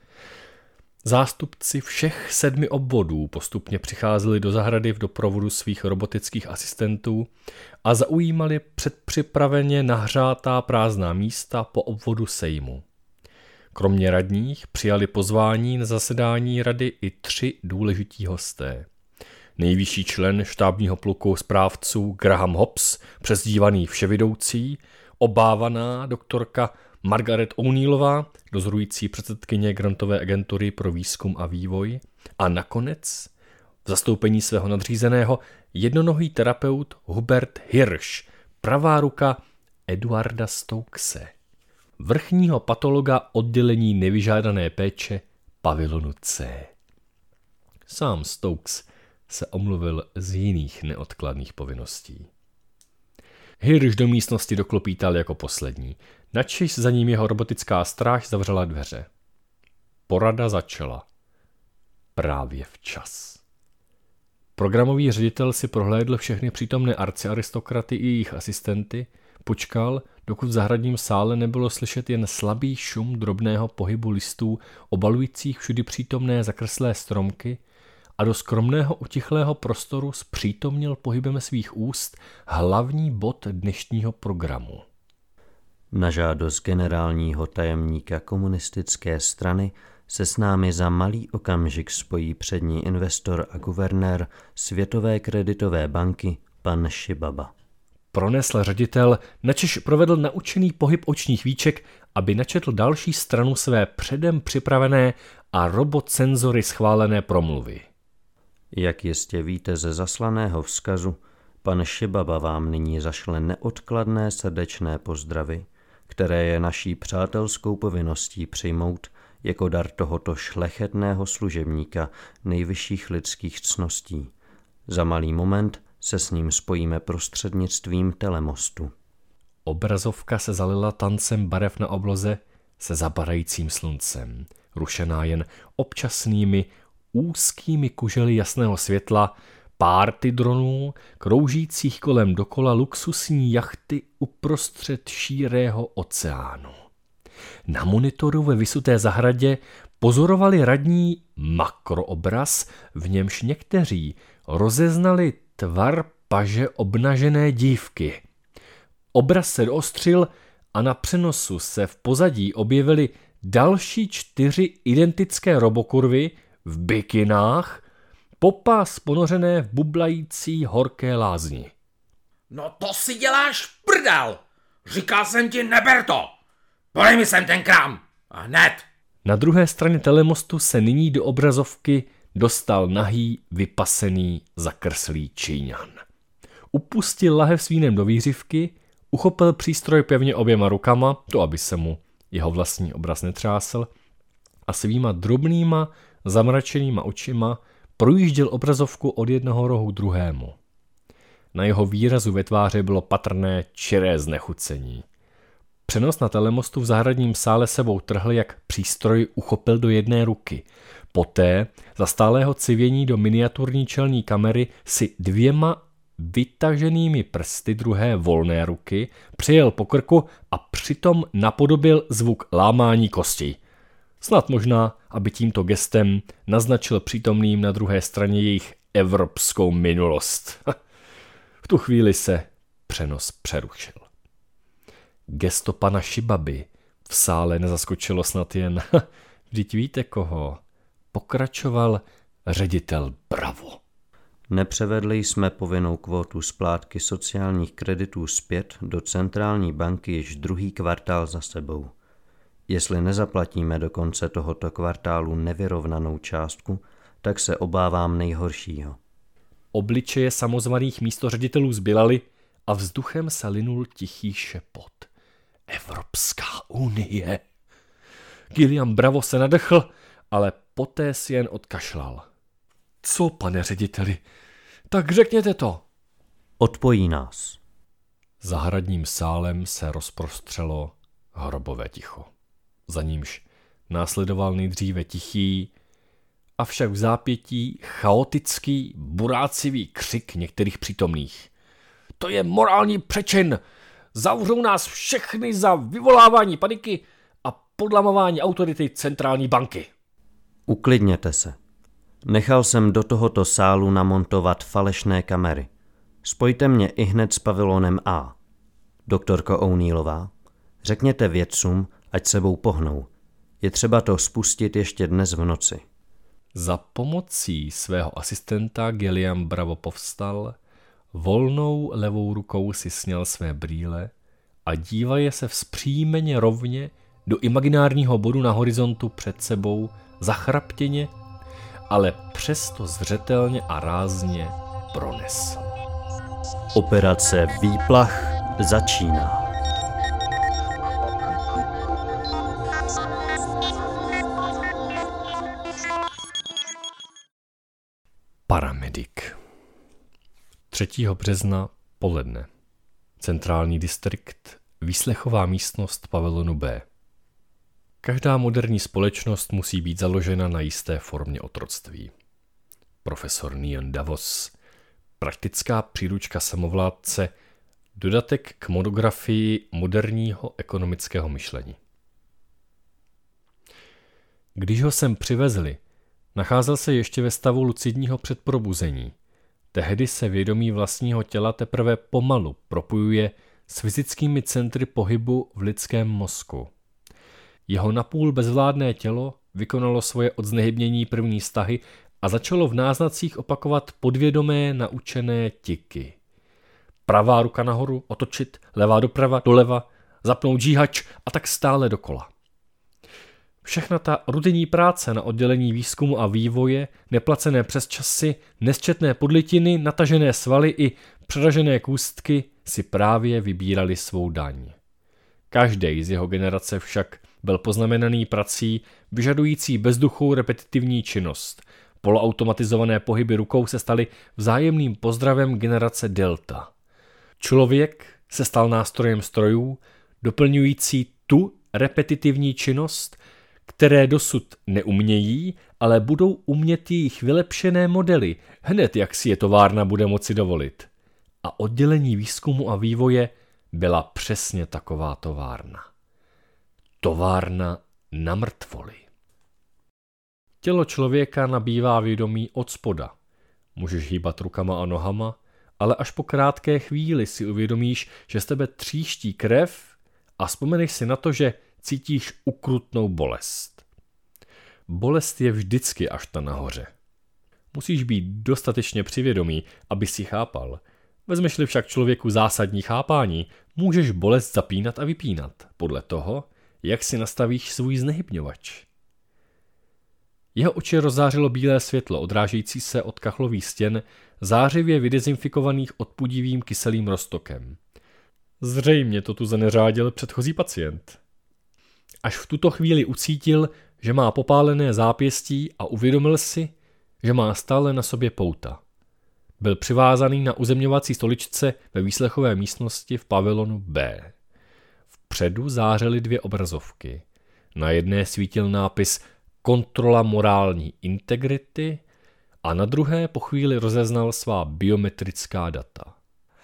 Zástupci všech 7 obvodů postupně přicházeli do zahrady v doprovodu svých robotických asistentů a zaujímali předpřipraveně nahřátá prázdná místa po obvodu sejmu. Kromě radních přijali pozvání na zasedání rady i 3 důležití hosté. Nejvyšší člen štábního pluku správců Graham Hobbs, přezdívaný Vševidoucí, obávaná doktorka Margaret O'Neillová, dozorující předsedkyně grantové agentury pro výzkum a vývoj, a nakonec v zastoupení svého nadřízeného jednonohý terapeut Hubert Hirsch, pravá ruka Eduarda Stokese, vrchního patologa oddělení nevyžádané péče pavilonu C. Sám Stokes se omluvil z jiných neodkladných povinností. Hirsch do místnosti doklopítal jako poslední, načež za ním jeho robotická stráž zavřela dveře. Porada začala. Právě včas. Programový ředitel si prohlédl všechny přítomné arciaristokraty i jejich asistenty, počkal, dokud v zahradním sále nebylo slyšet jen slabý šum drobného pohybu listů obalujících všudy přítomné zakreslé stromky, a do skromného utichlého prostoru zpřítomnil pohybem svých úst hlavní bod dnešního programu. Na žádost generálního tajemníka komunistické strany se s námi za malý okamžik spojí přední investor a guvernér Světové kreditové banky, pan Šibaba. Pronesl ředitel, načež provedl naučený pohyb očních víček aby načetl další stranu své předem připravené a robotcenzory schválené promluvy. Jak jistě víte ze zaslaného vzkazu, pan Šibaba vám nyní zašle neodkladné srdečné pozdravy, které je naší přátelskou povinností přijmout jako dar tohoto šlechetného služebníka nejvyšších lidských ctností. Za malý moment se s ním spojíme prostřednictvím telemostu. Obrazovka se zalila tancem barev na obloze se zapadajícím sluncem, rušená jen občasnými úzkými kužely jasného světla, párty dronů, kroužících kolem dokola luxusní jachty uprostřed šírého oceánu. Na monitoru ve vysuté zahradě pozorovali radní makroobraz, v němž někteří rozeznali tvar paže obnažené dívky. Obraz se doostřil a na přenosu se v pozadí objevily další 4 identické robokurvy v bikinách, popás ponořené v bublající horké lázni. No to si děláš prdel! Říkal jsem ti, neber to! Podej mi sem ten krám! A hned! Na druhé straně telemostu se nyní do obrazovky dostal nahý, vypasený, zakrslý Číňan. Upustil lahev s vínem do výřivky, uchopil přístroj pevně oběma rukama, to aby se mu jeho vlastní obraz netřásl, a svýma drobnýma, zamračenýma očima projížděl obrazovku od jednoho rohu k druhému. Na jeho výrazu ve tváři bylo patrné čiré znechucení. Přenos na telemostu v zahradním sále sebou trhl, jak přístroj uchopil do jedné ruky. Poté za stálého civění do miniaturní čelní kamery si 2 vytaženými prsty druhé volné ruky přijel po krku a přitom napodobil zvuk lámání kosti. Snad možná, aby tímto gestem naznačil přítomným na druhé straně jejich evropskou minulost. V tu chvíli se přenos přerušil. Gesto pana Šibaby v sále nezaskočilo snad jen, vždyť víte koho, pokračoval ředitel Bravo. Nepřevedli jsme povinnou kvótu splátky sociálních kreditů zpět do centrální banky již 2. kvartál za sebou. Jestli nezaplatíme do konce tohoto kvartálu nevyrovnanou částku, tak se obávám nejhoršího. Obličeje samozvaných místoředitelů zbylaly a vzduchem se linul tichý šepot. Evropská unie. Guillaume Bravo se nadechl, ale poté si jen odkašlal. Co, pane řediteli? Tak řekněte to. Odpojí nás. Zahradním sálem se rozprostřelo hrobové ticho. Za nímž následoval nejdříve tichý, avšak v zápětí chaotický, burácivý křik některých přítomných. To je morální přečin! Zavřou nás všechny za vyvolávání paniky a podlamování autority centrální banky. Uklidněte se. Nechal jsem do tohoto sálu namontovat falešné kamery. Spojte mě ihned s pavilonem A. Doktorko O'Neillová, řekněte vědcům, ať sebou pohnou. Je třeba to spustit ještě dnes v noci. Za pomocí svého asistenta Guillaume Bravo povstal, volnou levou rukou si sněl své brýle a dívaje se vzpřímeně rovně do imaginárního bodu na horizontu před sebou zachraptěně, ale přesto zřetelně a rázně pronesl. Operace Výplach začíná. Paramedik. 3. března poledne. Centrální distrikt, výslechová místnost pavilonu B. Každá moderní společnost musí být založena na jisté formě otroctví. Profesor Neon Davos, praktická příručka samovládce, dodatek k monografii moderního ekonomického myšlení. Když ho sem přivezli, nacházel se ještě ve stavu lucidního předprobuzení. Tehdy se vědomí vlastního těla teprve pomalu propojuje s fyzickými centry pohybu v lidském mozku. Jeho napůl bezvládné tělo vykonalo svoje odznehyμπnění první stahy a začalo v náznacích opakovat podvědomé naučené tiky. Pravá ruka nahoru, otočit, levá doprava, doleva, zapnout žíhač a tak stále dokola. Všechna ta rutinní práce na oddělení výzkumu a vývoje, neplacené přesčasy, nesčetné podlitiny, natažené svaly i přeražené kůstky si právě vybírali svou daň. Každý z jeho generace však byl poznamenaný prací, vyžadující bezduchou repetitivní činnost. Poloautomatizované pohyby rukou se staly vzájemným pozdravem generace Delta. Člověk se stal nástrojem strojů, doplňující tu repetitivní činnost, které dosud neumějí, ale budou umět jejich vylepšené modely, hned jak si je továrna bude moci dovolit. A oddělení výzkumu a vývoje byla přesně taková továrna. Továrna na mrtvoly. Tělo člověka nabývá vědomí od spoda. Můžeš hýbat rukama a nohama, ale až po krátké chvíli si uvědomíš, že z tebe tříští krev a vzpomeneš si na to, že cítíš ukrutnou bolest. Bolest je vždycky až ta nahoře. Musíš být dostatečně přivědomý, aby si chápal. Vezmeš-li však člověku zásadní chápání, můžeš bolest zapínat a vypínat, podle toho, jak si nastavíš svůj znehybňovač. Jeho oči rozzářilo bílé světlo, odrážející se od kachlových stěn, zářivě vydezinfikovaných odpudivým kyselým roztokem. Zřejmě to tu zaneřádil předchozí pacient. Až v tuto chvíli ucítil, že má popálené zápěstí a uvědomil si, že má stále na sobě pouta. Byl přivázaný na uzemňovací stoličce ve výslechové místnosti v pavilonu B. Vpředu zářily 2 obrazovky. Na jedné svítil nápis Kontrola morální integrity a na druhé po chvíli rozeznal svá biometrická data.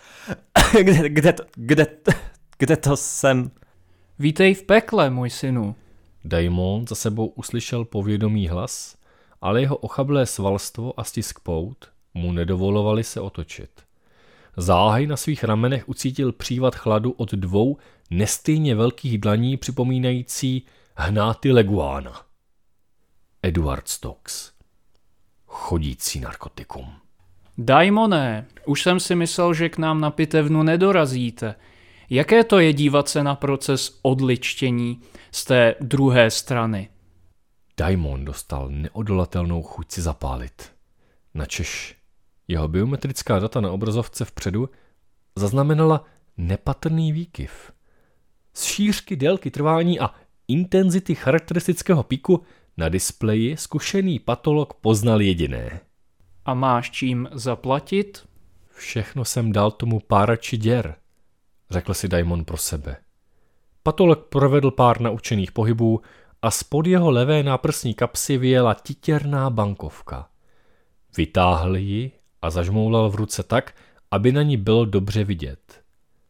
Kde to jsem? Vítej v pekle, můj synu. Daimon za sebou uslyšel povědomý hlas, ale jeho ochablé svalstvo a stisk pout mu nedovolovali se otočit. Záhy na svých ramenech ucítil přívad chladu od 2 nestejně velkých dlaní připomínající hnáty leguána. Edward Stokes. Chodící narkotikum. Daimone, už jsem si myslel, že k nám na pitevnu nedorazíte. Jaké to je dívat se na proces odličtění z té druhé strany? Daimon dostal neodolatelnou chuť si zapálit. Načež jeho biometrická data na obrazovce vpředu zaznamenala nepatrný výkyv. Z šířky délky trvání a intenzity charakteristického píku na displeji zkušený patolog poznal jediné. A máš čím zaplatit? Všechno jsem dal tomu párači děr, řekl si Daimon pro sebe. Patolog provedl pár naučených pohybů a spod jeho levé náprsní kapsy vyjela titěrná bankovka. Vytáhl ji a zažmoulal v ruce tak, aby na ní bylo dobře vidět.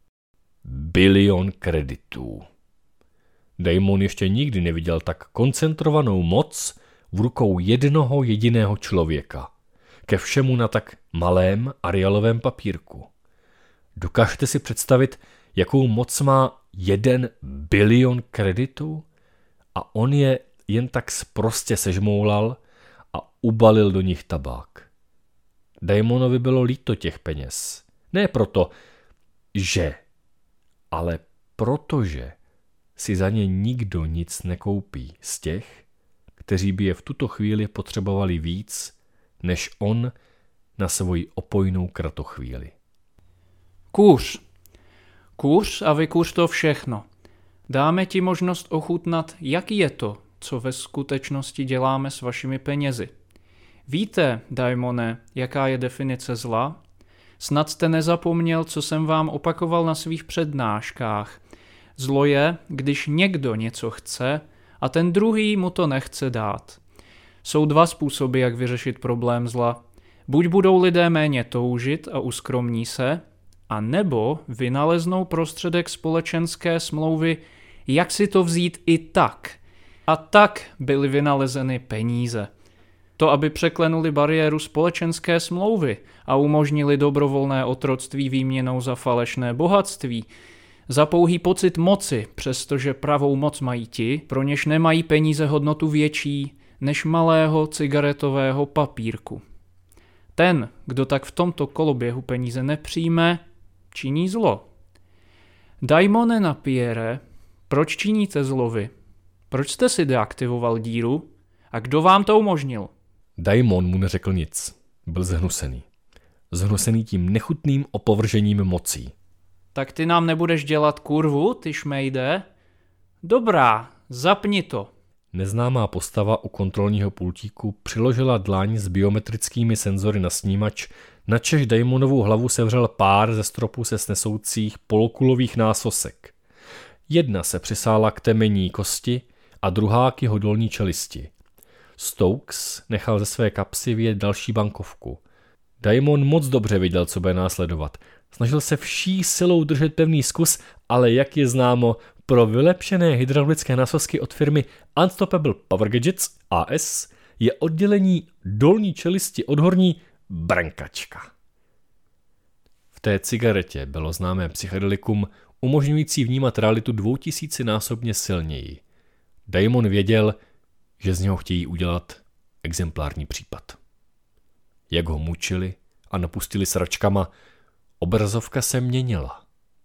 1 bilion kreditů. Daimon ještě nikdy neviděl tak koncentrovanou moc v rukou jednoho jediného člověka. Ke všemu na tak malém arialovém papírku. Dokážete si představit, jakou moc má 1 bilion kreditů? A on je jen tak sprostě sežmoulal a ubalil do nich tabák. Daimonovi bylo líto těch peněz. Ne proto, že, ale protože si za ně nikdo nic nekoupí z těch, kteří by je v tuto chvíli potřebovali víc, než on na svoji opojnou kratochvíli. Kůř. Kůř a vykuř to všechno. Dáme ti možnost ochutnat, jak je to, co ve skutečnosti děláme s vašimi penězi. Víte, Daimone, jaká je definice zla? Snad jste nezapomněl, co jsem vám opakoval na svých přednáškách. Zlo je, když někdo něco chce a ten druhý mu to nechce dát. Jsou 2 způsoby, jak vyřešit problém zla. Buď budou lidé méně toužit a uskromní se, a nebo vynaleznou prostředek společenské smlouvy, jak si to vzít i tak. A tak byly vynalezeny peníze. To, aby překlenuli bariéru společenské smlouvy a umožnili dobrovolné otroctví výměnou za falešné bohatství, za pouhý pocit moci, přestože pravou moc mají ti, pro něž nemají peníze hodnotu větší než malého cigaretového papírku. Ten, kdo tak v tomto koloběhu peníze nepřijme, činí zlo. Daimone Napiere, proč činíte zlovy? Proč jste si deaktivoval díru? A kdo vám to umožnil? Daimon mu neřekl nic. Byl zhnusený. Zhnusený tím nechutným opovržením mocí. Tak ty nám nebudeš dělat kurvu, ty šmejde? Dobrá, zapni to. Neznámá postava u kontrolního pultíku přiložila dlaň s biometrickými senzory na snímač, načež Daimonovu hlavu sevřel pár ze stropu se snesoucích polokulových násosek. Jedna se přisála k temení kosti a druhá k jeho dolní čelisti. Stokes nechal ze své kapsy vyjet další bankovku. Daimon moc dobře viděl, co bude následovat. Snažil se vší silou držet pevný zkus, ale jak je známo, pro vylepšené hydraulické násosky od firmy Unstoppable Power Gadgets AS je oddělení dolní čelisti od horní brankačka. V té cigaretě bylo známé psychedelikum umožňující vnímat realitu 2000násobně silněji. Daimon věděl, že z něho chtějí udělat exemplární případ. Jak ho mučili a napustili sračkama, obrazovka se měnila.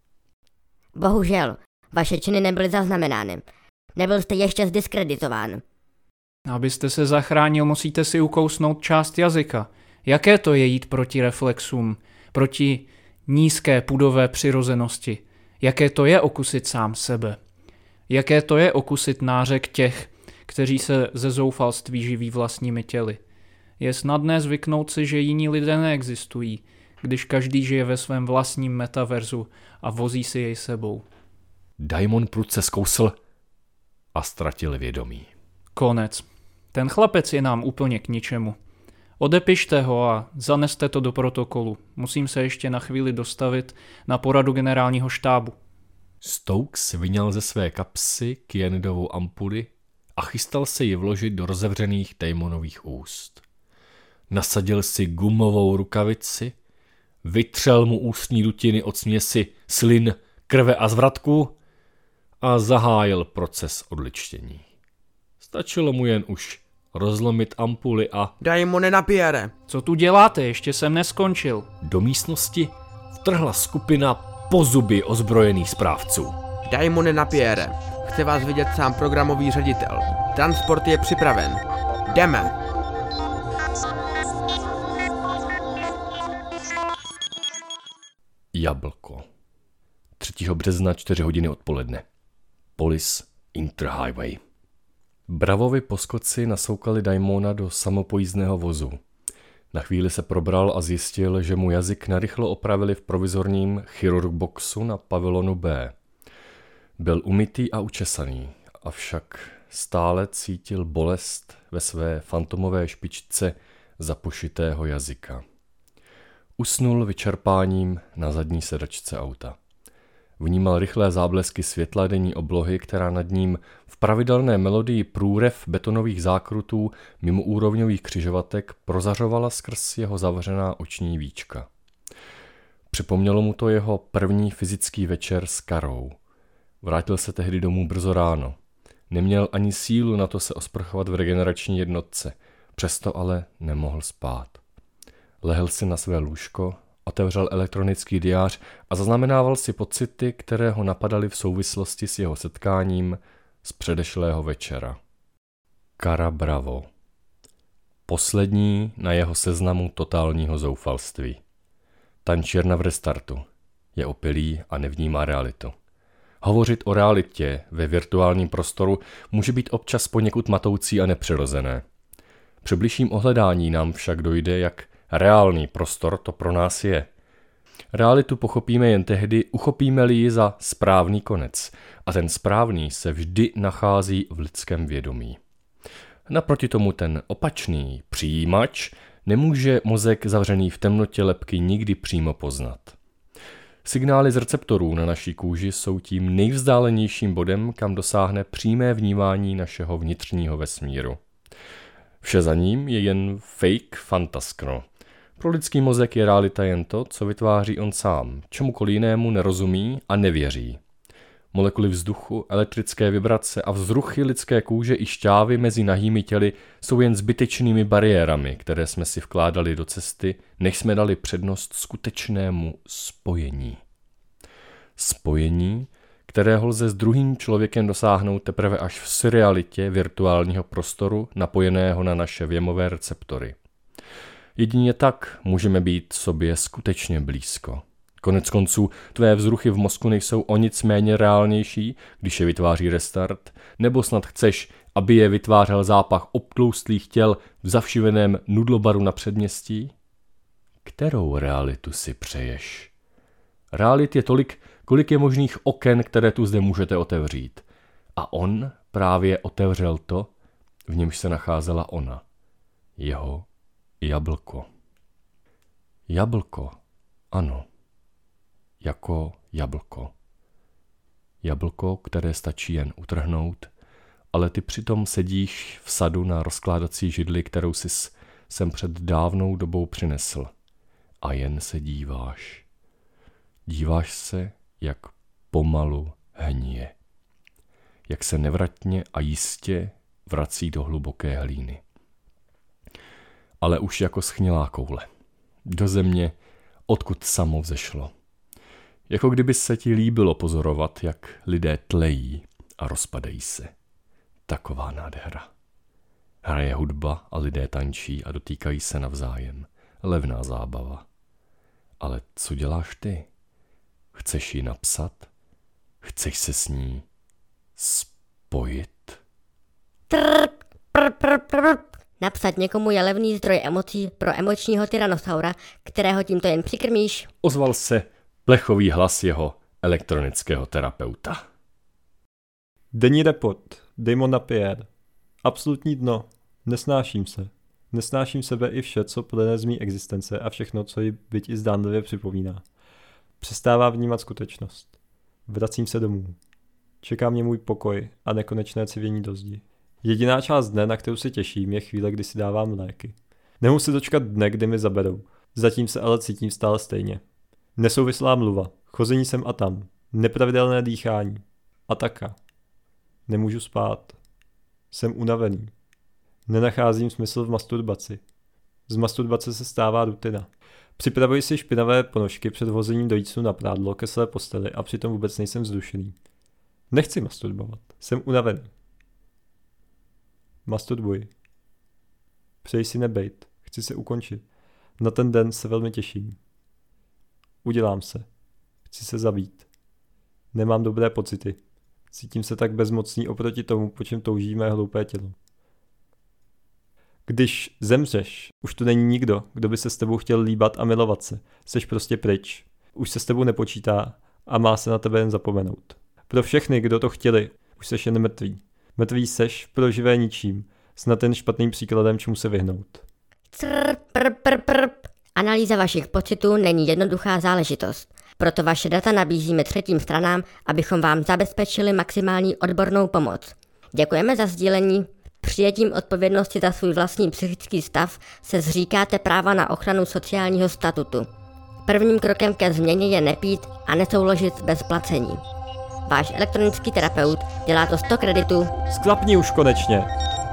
Bohužel, vaše činy nebyly zaznamenány. Nebyl jste ještě zdiskreditován. Abyste se zachránil, musíte si ukousnout část jazyka. Jaké to je jít proti reflexům, proti nízké pudové přirozenosti? Jaké to je okusit sám sebe? Jaké to je okusit nářek těch, kteří se ze zoufalství živí vlastními těly? Je snadné zvyknout si, že jiní lidé neexistují, když každý žije ve svém vlastním metaverzu a vozí si jej sebou. Daimon prudce zkousl a ztratil vědomí. Konec. Ten chlapec je nám úplně k ničemu. Odepište ho a zaneste to do protokolu. Musím se ještě na chvíli dostavit na poradu generálního štábu. Stokes vyňal ze své kapsy kyanidovou ampuli a chystal se ji vložit do rozevřených Daimonových úst. Nasadil si gumovou rukavici, vytřel mu ústní dutiny od směsi slin, krve a zvratků a zahájil proces odličtění. Stačilo mu jen už rozlomit ampuli a... Daimone Napiere! Co tu děláte? Ještě jsem neskončil. Do místnosti vtrhla skupina po zuby ozbrojených správců. Daimone Napiere, chce vás vidět sám programový ředitel. Transport je připraven. Jdeme! Jablko. 3. března 4 hodiny odpoledne. Police Interhighway. Bravovi poskoci nasoukali Daimona do samopojízdného vozu. Na chvíli se probral a zjistil, že mu jazyk narychlo opravili v provizorním chirurg boxu na pavilonu B. Byl umytý a učesaný, avšak stále cítil bolest ve své fantomové špičce zapošitého jazyka. Usnul vyčerpáním na zadní sedačce auta. Vnímal rychlé záblesky světla denní oblohy, která nad ním v pravidelné melodii průrev betonových zákrutů mimo úrovňových křižovatek prozařovala skrz jeho zavřená oční víčka. Připomnělo mu to jeho první fyzický večer s Karou. Vrátil se tehdy domů brzo ráno. Neměl ani sílu na to se osprchovat v regenerační jednotce, přesto ale nemohl spát. Lehl si na své lůžko, otevřel elektronický diář a zaznamenával si pocity, které ho napadaly v souvislosti s jeho setkáním z předešlého večera. Cara Bravo. Poslední na jeho seznamu totálního zoufalství. Tančírna v restartu. Je opilý a nevnímá realitu. Hovořit o realitě ve virtuálním prostoru může být občas poněkud matoucí a nepřirozené. Při bližším ohledání nám však dojde, jak reálný prostor to pro nás je. Realitu pochopíme jen tehdy, uchopíme-li ji za správný konec. A ten správný se vždy nachází v lidském vědomí. Naproti tomu ten opačný přijímač nemůže mozek zavřený v temnotě lebky nikdy přímo poznat. Signály z receptorů na naší kůži jsou tím nejvzdálenějším bodem, kam dosáhne přímé vnímání našeho vnitřního vesmíru. Vše za ním je jen fake fantaskno. Pro lidský mozek je realita jen to, co vytváří on sám, čemukoliv jinému nerozumí a nevěří. Molekuly vzduchu, elektrické vibrace a vzruchy lidské kůže i šťávy mezi nahými těly jsou jen zbytečnými bariérami, které jsme si vkládali do cesty, než jsme dali přednost skutečnému spojení. Spojení, kterého lze s druhým člověkem dosáhnout teprve až v surrealitě virtuálního prostoru napojeného na naše věmové receptory. Jedině tak můžeme být sobě skutečně blízko. Konec konců, tvé vzruchy v mozku nejsou o nic méně reálnější, když je vytváří restart, nebo snad chceš, aby je vytvářel zápach obtloustlých těl v zavšiveném nudlobaru na předměstí? Kterou realitu si přeješ? Realit je tolik, kolik je možných oken, které tu zde můžete otevřít. A on právě otevřel to, v němž se nacházela ona. Jeho jablko. Jablko, ano. Jako jablko. Jablko, které stačí jen utrhnout, ale ty přitom sedíš v sadu na rozkládací židli, kterou jsi sem před dávnou dobou přinesl. A jen se díváš. Díváš se, jak pomalu hníje. Jak se nevratně a jistě vrací do hluboké hlíny. Ale už jako schnilá koule. Do země, odkud samo vzešlo. Jako kdyby se ti líbilo pozorovat, jak lidé tlejí a rozpadají se. Taková nádhera. Hraje hudba a lidé tančí a dotýkají se navzájem. Levná zábava. Ale co děláš ty? Chceš ji napsat? Chceš se s ní spojit? Napsat někomu je levný zdroj emocí pro emočního tyranosaura, kterého tímto jen přikrmíš. Ozval se plechový hlas jeho elektronického terapeuta. Denní report. Damona Pierre. Absolutní dno. Nesnáším se. Nesnáším sebe i vše, co plyne z mý existence a všechno, co ji byť i zdánlivě připomíná. Přestává vnímat skutečnost. Vracím se domů. Čeká mě můj pokoj a nekonečné civění do zdi. Jediná část dne, na kterou se těším, je chvíle, kdy si dávám léky. Nemohu si dočkat dne, kdy mi zaberou. Zatím se ale cítím stále stejně. Nesouvislá mluva, chození sem a tam, nepravidelné dýchání. Ataka. Nemůžu spát. Jsem unavený. Nenacházím smysl v masturbaci. Z masturbace se stává rutina. Připravuji si špinavé ponožky před hozením do jícnu na prádlo ke své posteli a přitom vůbec nejsem vzrušený. Nechci masturbovat. Jsem unavený. Masturbuji. Přeji si nebejt. Chci se ukončit. Na ten den se velmi těším. Udělám se. Chci se zabít. Nemám dobré pocity. Cítím se tak bezmocný oproti tomu, po čem touží mé hloupé tělo. Když zemřeš, už tu není nikdo, kdo by se s tebou chtěl líbat a milovat se. Seš prostě pryč. Už se s tebou nepočítá a má se na tebe jen zapomenout. Pro všechny, kdo to chtěli, už seš jen mrtvý. Mrtvý seš pro živé ničím. Snad jen špatným příkladem, čemu se vyhnout. Analýza vašich pocitů není jednoduchá záležitost. Proto vaše data nabízíme třetím stranám, abychom vám zabezpečili maximální odbornou pomoc. Děkujeme za sdílení. Přijetím odpovědnosti za svůj vlastní psychický stav se zříkáte práva na ochranu sociálního statutu. Prvním krokem ke změně je nepít a nesouložit bez placení. Váš elektronický terapeut dělá to 100 kreditů. Sklapni už konečně.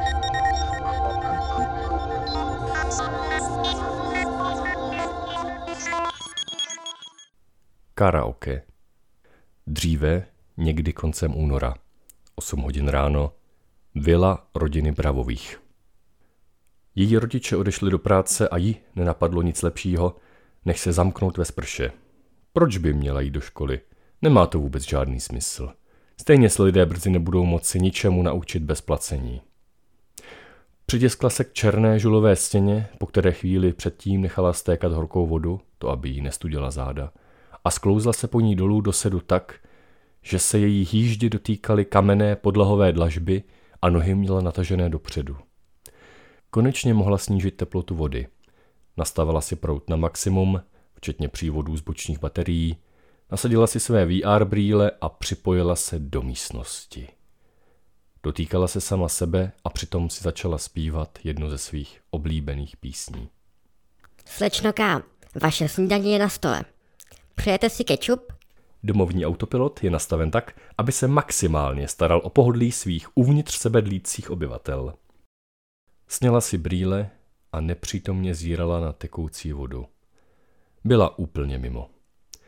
Karaoke. Dříve, někdy koncem února, 8 hodin ráno, vila rodiny Bravových. Její rodiče odešli do práce a jí nenapadlo nic lepšího, než se zamknout ve sprše. Proč by měla jít do školy? Nemá to vůbec žádný smysl. Stejně se lidé brzy nebudou moci ničemu naučit bez placení. Přitiskla se k černé žulové stěně, po které chvíli předtím nechala stékat horkou vodu, to aby jí nestudila záda, a sklouzla se po ní dolů do sedu tak, že se její jíždy dotýkaly kamenné podlahové dlažby a nohy měla natažené dopředu. Konečně mohla snížit teplotu vody. Nastavila si proud na maximum, včetně přívodů z bočních baterií, nasadila si své VR brýle a připojila se do místnosti. Dotýkala se sama sebe a přitom si začala zpívat jednu ze svých oblíbených písní. Slečno K, vaše snídaně je na stole. Přejete si kečup? Domovní autopilot je nastaven tak, aby se maximálně staral o pohodlí svých uvnitř sebe dlících obyvatel. Sněla si brýle a nepřítomně zírala na tekoucí vodu. Byla úplně mimo.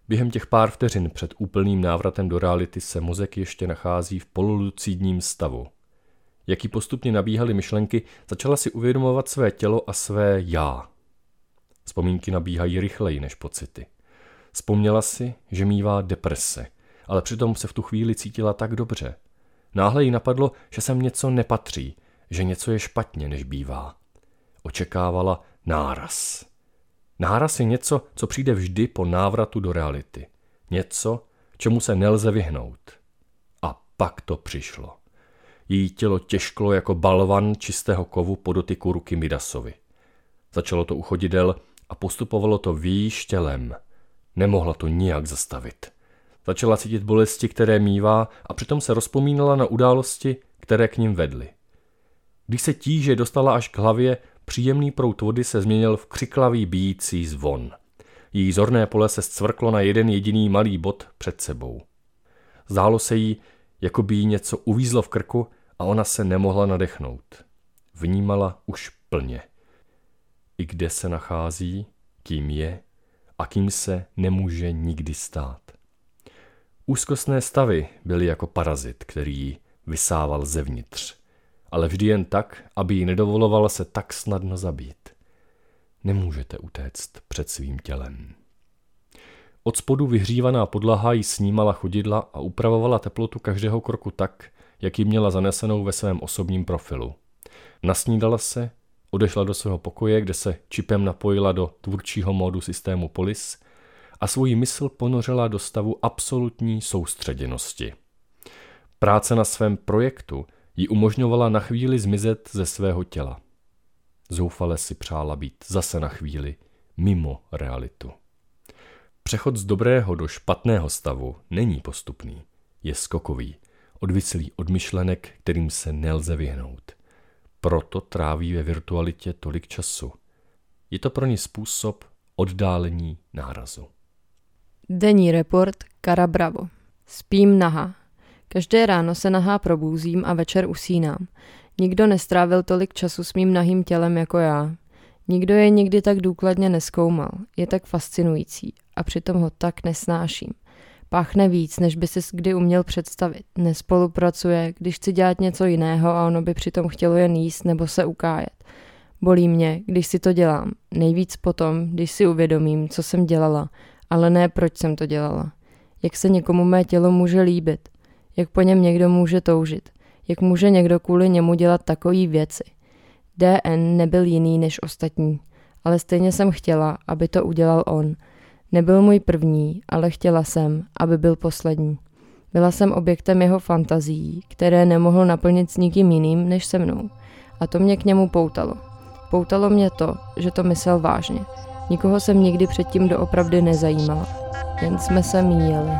Během těch pár vteřin před úplným návratem do reality se mozek ještě nachází v polulucidním stavu. Jak jí postupně nabíhaly myšlenky, začala si uvědomovat své tělo a své já. Vzpomínky nabíhají rychleji než pocity. Vzpomněla si, že mívá deprese, ale přitom se v tu chvíli cítila tak dobře. Náhle jí napadlo, že sem něco nepatří, že něco je špatně, než bývá. Očekávala náraz. Náraz je něco, co přijde vždy po návratu do reality. Něco, čemu se nelze vyhnout. A pak to přišlo. Její tělo těžklo jako balvan čistého kovu po dotyku ruky Midasovi. Začalo to u chodidel a postupovalo to výš tělem. Nemohla to nijak zastavit. Začala cítit bolesti, které mívá, a přitom se rozpomínala na události, které k nim vedly. Když se tíže dostala až k hlavě, příjemný proud vody se změnil v křiklavý bijící zvon. Její zorné pole se zcvrklo na jeden jediný malý bod před sebou. Zdálo se jí, jako by jí něco uvízlo v krku a ona se nemohla nadechnout. Vnímala už plně. I kde se nachází, kým je a kým se nemůže nikdy stát. Úzkostné stavy byly jako parazit, který ji vysával zevnitř, ale vždy jen tak, aby jí nedovolovala se tak snadno zabít. Nemůžete utéct před svým tělem. Od spodu vyhřívaná podlaha jí snímala chodidla a upravovala teplotu každého kroku tak, jak ji měla zanesenou ve svém osobním profilu. Nasnídala se, odešla do svého pokoje, kde se čipem napojila do tvůrčího módu systému Polis a svou mysl ponořila do stavu absolutní soustředěnosti. Práce na svém projektu jí umožňovala na chvíli zmizet ze svého těla. Zoufale si přála být zase na chvíli mimo realitu. Přechod z dobrého do špatného stavu není postupný, je skokový, odvislý od myšlenek, kterým se nelze vyhnout. Proto tráví ve virtualitě tolik času. Je to pro ní způsob oddálení nárazu. Denní report Cara Bravo. Spím nahá. Každé ráno se nahá probouzím a večer usínám. Nikdo nestrávil tolik času s mým nahým tělem jako já. Nikdo je nikdy tak důkladně nezkoumal. Je tak fascinující a přitom ho tak nesnáším. Páchne víc, než by si kdy uměl představit. Nespolupracuje, když chci dělat něco jiného a ono by přitom chtělo jen jíst nebo se ukájet. Bolí mě, když si to dělám. Nejvíc potom, když si uvědomím, co jsem dělala, ale ne proč jsem to dělala. Jak se někomu mé tělo může líbit. Jak po něm někdo může toužit. Jak může někdo kvůli němu dělat takové věci. DN nebyl jiný než ostatní, ale stejně jsem chtěla, aby to udělal on. Nebyl můj první, ale chtěla jsem, aby byl poslední. Byla jsem objektem jeho fantazií, které nemohl naplnit s nikým jiným než se mnou. A to mě k němu poutalo. Poutalo mě to, že to myslel vážně. Nikoho jsem nikdy předtím doopravdy nezajímala. Jen jsme se míjeli.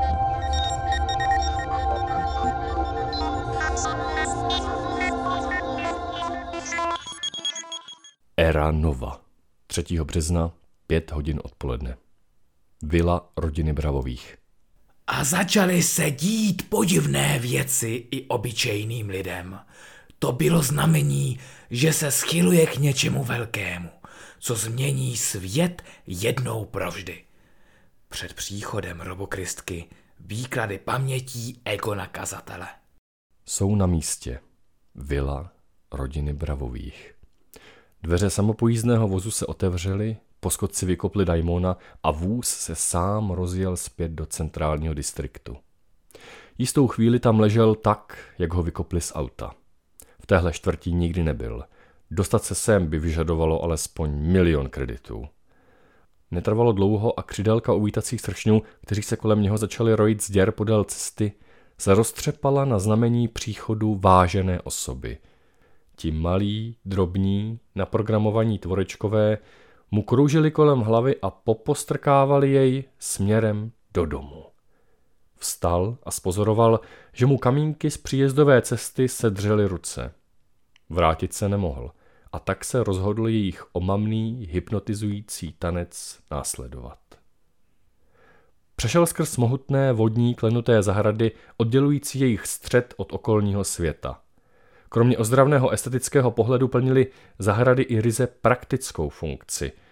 Éra nova. 3. března, 5 hodin odpoledne. Vila rodiny Bravových. A začaly se dít podivné věci i obyčejným lidem. To bylo znamení, že se schyluje k něčemu velkému, co změní svět jednou provždy. Před příchodem robokristky výklady pamětí Egona kazatele. Jsou na místě. Vila rodiny Bravových. Dveře samopojízdného vozu se otevřely, poschodci vykopli Daimona a vůz se sám rozjel zpět do centrálního distriktu. Jistou chvíli tam ležel tak, jak ho vykopli z auta. V téhle čtvrtí nikdy nebyl. Dostat se sem by vyžadovalo alespoň 1 000 000 kreditů. Netrvalo dlouho a křidélka uvítacích sršňů, kteří se kolem něho začali rojit z děr podél cesty, se roztřepala na znamení příchodu vážené osoby. Ti malí, drobní, naprogramovaní tvorečkové mu kroužili kolem hlavy a popostrkávali jej směrem do domu. Vstal a spozoroval, že mu kamínky z příjezdové cesty sedřely ruce. Vrátit se nemohl a tak se rozhodl jejich omamný, hypnotizující tanec následovat. Přešel skrz mohutné vodní klenuté zahrady, oddělující jejich střed od okolního světa. Kromě ozdravného estetického pohledu plnily zahrady i ryze praktickou funkci.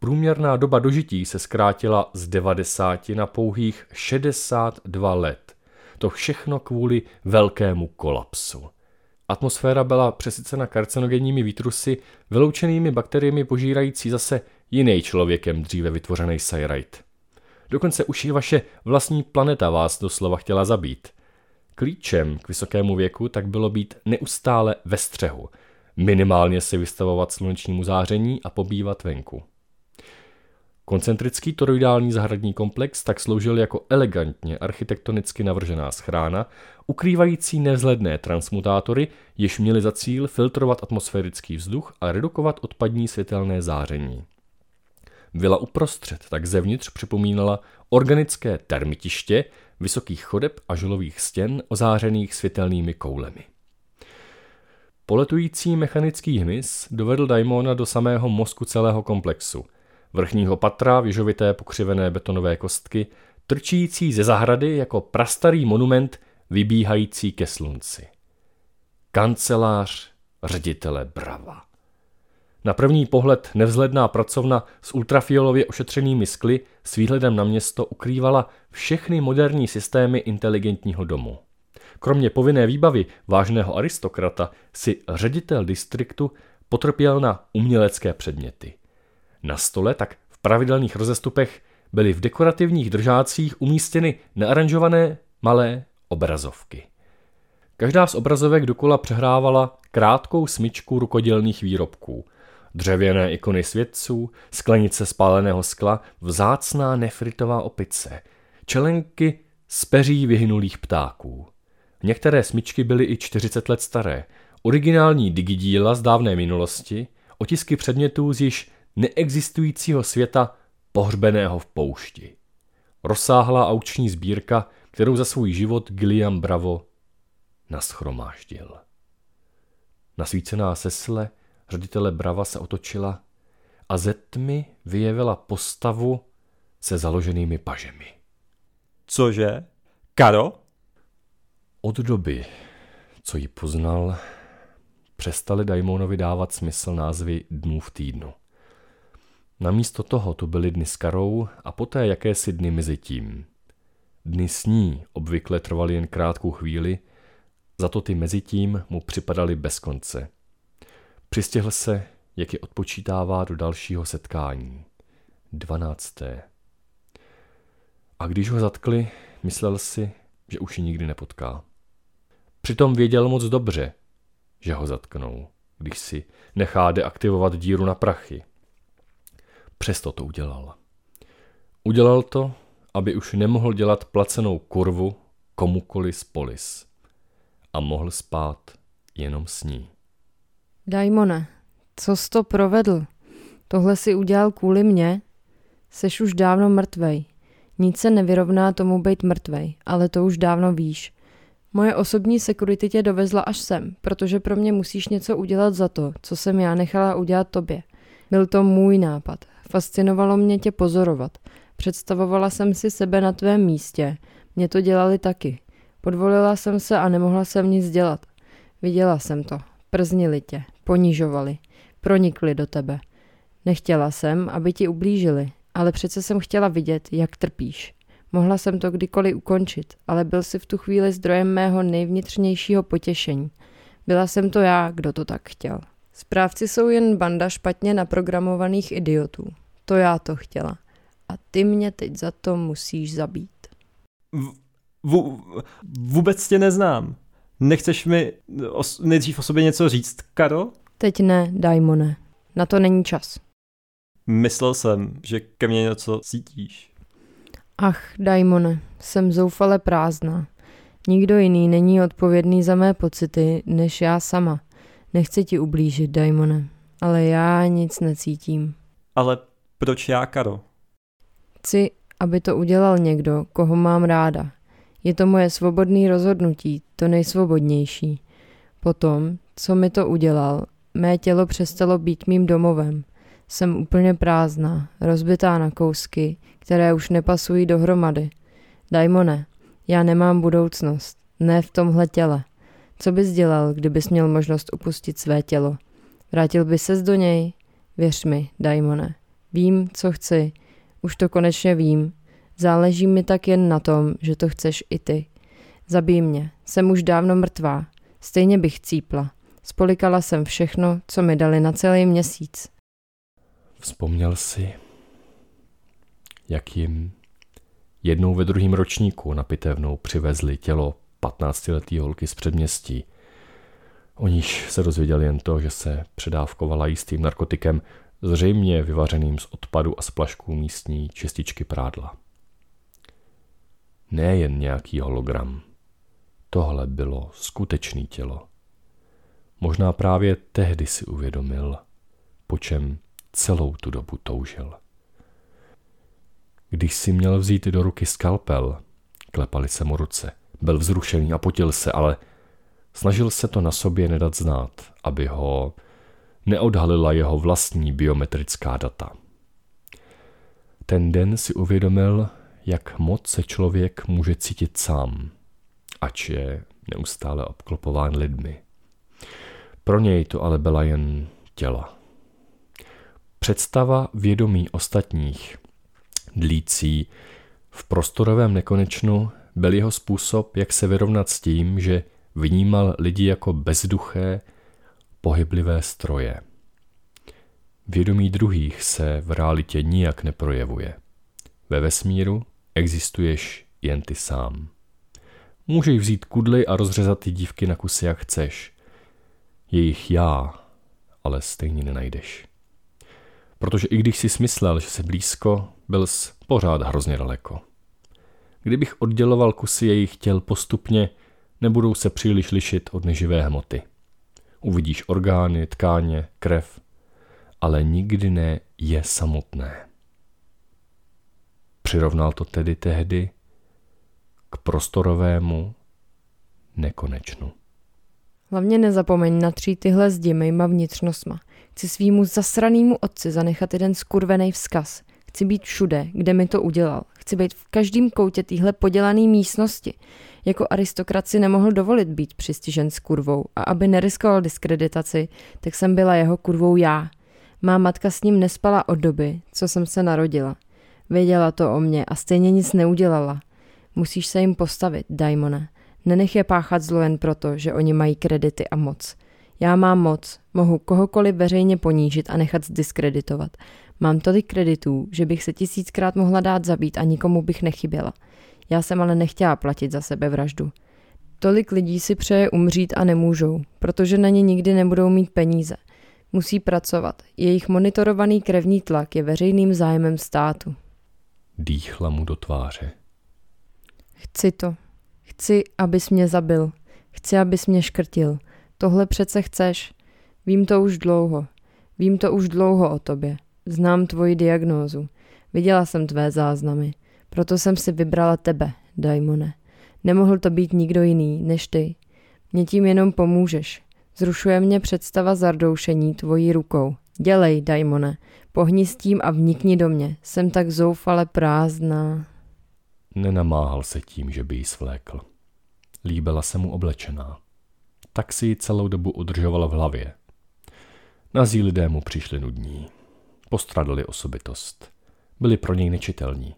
Průměrná doba dožití se zkrátila z 90 na pouhých 62 let. To všechno kvůli velkému kolapsu. Atmosféra byla přesycena karcinogenními výtrusy, vyloučenými bakteriemi požírající zase jiný člověkem dříve vytvořený sajrajt. Dokonce už i vaše vlastní planeta vás doslova chtěla zabít. Klíčem k vysokému věku tak bylo být neustále ve střehu, minimálně se vystavovat slunečnímu záření a pobývat venku. Koncentrický toroidální zahradní komplex tak sloužil jako elegantně architektonicky navržená schrána, ukrývající nevzhledné transmutátory, jež měly za cíl filtrovat atmosférický vzduch a redukovat odpadní světelné záření. Vila uprostřed tak zevnitř připomínala organické termitiště vysokých chodeb a žulových stěn ozářených světelnými koulemi. Poletující mechanický hmyz dovedl Daimona do samého mozku celého komplexu. Vrchního patra věžovité pokřivené betonové kostky, trčící ze zahrady jako prastarý monument vybíhající ke slunci. Kancelář ředitele Brava. Na první pohled nevzhledná pracovna s ultrafiolově ošetřenými skly s výhledem na město ukrývala všechny moderní systémy inteligentního domu. Kromě povinné výbavy vážného aristokrata si ředitel distriktu potrpěl na umělecké předměty. Na stole tak v pravidelných rozestupech byly v dekorativních držácích umístěny naaranžované malé obrazovky. Každá z obrazovek dokola přehrávala krátkou smyčku rukodělných výrobků. Dřevěné ikony světců, sklenice spáleného skla, vzácná nefritová opice, čelenky z peří vyhynulých ptáků. Některé smyčky byly i 40 let staré, originální digidíla z dávné minulosti, otisky předmětů z již neexistujícího světa pohřbeného v poušti. Rozsáhlá aukční sbírka, kterou za svůj život Guillaume Bravo nashromáždil. Nasvícená sesle ředitele Brava se otočila a ze tmy vyjevila postavu se založenými pažemi. Cože? Karo? Od doby, co ji poznal, přestali Daimonovi dávat smysl názvy dnů v týdnu. Namísto toho tu byly dny s Karou a poté jakési dny mezi tím. Dny s ní obvykle trvaly jen krátkou chvíli, za to ty mezi tím mu připadaly bez konce. Přistihl se, jak je odpočítává do dalšího setkání. 12. A když ho zatkli, myslel si, že už ji nikdy nepotká. Přitom věděl moc dobře, že ho zatknou, když si nechá deaktivovat díru na prachy. Přesto to udělal. Udělal to, aby už nemohl dělat placenou kurvu komukoli z Polis. A mohl spát jenom s ní. Daimone, co jsi to provedl? Tohle si udělal kvůli mně? Seš už dávno mrtvej. Nic se nevyrovná tomu být mrtvej, ale to už dávno víš. Moje osobní security tě dovezla až sem, protože pro mě musíš něco udělat za to, co jsem já nechala udělat tobě. Byl to můj nápad. Fascinovalo mě tě pozorovat. Představovala jsem si sebe na tvém místě. Mě to dělali taky. Podvolila jsem se a nemohla jsem nic dělat. Viděla jsem to. Prznili tě, ponižovali, pronikli do tebe. Nechtěla jsem, aby ti ublížili, ale přece jsem chtěla vidět, jak trpíš. Mohla jsem to kdykoliv ukončit, ale byl jsi v tu chvíli zdrojem mého nejvnitřnějšího potěšení. Byla jsem to já, kdo to tak chtěl. Správci jsou jen banda špatně naprogramovaných idiotů. To já to chtěla. A ty mě teď za to musíš zabít. Vůbec tě neznám. Nechceš mi nejdřív o sobě něco říct, Karo? Teď ne, Daimone. Na to není čas. Myslel jsem, že ke mně něco cítíš. Ach, Daimone, jsem zoufale prázdná. Nikdo jiný není odpovědný za mé pocity, než já sama. Nechci ti ublížit, Daimone, ale já nic necítím. Ale proč já, Karo? Chci, aby to udělal někdo, koho mám ráda. Je to moje svobodné rozhodnutí, to nejsvobodnější. Potom, co mi to udělal, mé tělo přestalo být mým domovem. Jsem úplně prázdná, rozbitá na kousky, které už nepasují dohromady. Daimone, já nemám budoucnost, ne v tomhle těle. Co bys dělal, kdybys měl možnost opustit své tělo? Vrátil bys ses do něj? Věř mi, Daimone, Vím, co chci. Už to konečně vím. Záleží mi tak jen na tom, že to chceš i ty. Zabij mě. Jsem už dávno mrtvá. Stejně bych cípla. Spolikala jsem všechno, co mi dali na celý měsíc. Vzpomněl si, jak jim jednou ve druhém ročníku na pitevnou přivezli tělo 15letý holky z předměstí. O níž se dozvěděl jen to, že se předávkovala jistým narkotikem, zřejmě vyvařeným z odpadu a splašků místní čističky prádla. Nejen nějaký hologram. Tohle bylo skutečný tělo. Možná právě tehdy si uvědomil, po čem celou tu dobu toužil. Když si měl vzít do ruky skalpel, klepaly se mu ruce. Byl vzrušený a potil se, ale snažil se to na sobě nedat znát, aby ho neodhalila jeho vlastní biometrická data. Ten den si uvědomil, jak moc se člověk může cítit sám, ač je neustále obklopován lidmi. Pro něj to ale byla jen těla. Představa vědomí ostatních, dlící v prostorovém nekonečnu, byl jeho způsob, jak se vyrovnat s tím, že vnímal lidi jako bezduché, pohyblivé stroje. Vědomí druhých se v realitě nijak neprojevuje. Ve vesmíru existuješ jen ty sám. Můžeš vzít kudly a rozřezat ty dívky na kusy, jak chceš. Jejich já ale stejně nenajdeš. Protože i když jsi smyslel, že jsi blízko, byl jsi pořád hrozně daleko. Kdybych odděloval kusy jejich těl postupně, nebudou se příliš lišit od neživé hmoty. Uvidíš orgány, tkáně, krev, ale nikdy ne je samotné. Přirovnal to tedy tehdy k prostorovému nekonečnu. Hlavně nezapomeň natřít tyhle zdi mejma vnitřnostma. Chci svýmu zasranýmu otci zanechat jeden skurvenej vzkaz. Chci být všude, kde mi to udělal. Chci být v každém koutě téhle podělané místnosti. Jako aristokrat si nemohl dovolit být přistižen s kurvou a aby neriskoval diskreditaci, tak jsem byla jeho kurvou já. Má matka s ním nespala od doby, co jsem se narodila. Věděla to o mě a stejně nic neudělala. Musíš se jim postavit, Daimone. Nenech je páchat zlo jen proto, že oni mají kredity a moc. Já mám moc, mohu kohokoliv veřejně ponížit a nechat zdiskreditovat. Mám tolik kreditů, že bych se 1000krát mohla dát zabít a nikomu bych nechyběla. Já jsem ale nechtěla platit za sebevraždu. Tolik lidí si přeje umřít a nemůžou, protože na ně nikdy nebudou mít peníze. Musí pracovat. Jejich monitorovaný krevní tlak je veřejným zájmem státu. Dýchla mu do tváře. Chci to. Chci, abys mě zabil. Chci, abys mě škrtil. Tohle přece chceš. Vím to už dlouho. Vím to už dlouho o tobě. Znám tvoji diagnózu. Viděla jsem tvé záznamy. Proto jsem si vybrala tebe, Daimone. Nemohl to být nikdo jiný než ty. Mě tím jenom pomůžeš. Zrušuje mě představa zardoušení tvojí rukou. Dělej, Daimone. Pohni s tím a vnikni do mě. Jsem tak zoufale prázdná. Nenamáhal se tím, že by jí svlékl. Líbila se mu oblečená. Tak si ji celou dobu udržovala v hlavě. Nazí lidé mu přišli nudní. Postradali osobitost. Byli pro něj nečitelní.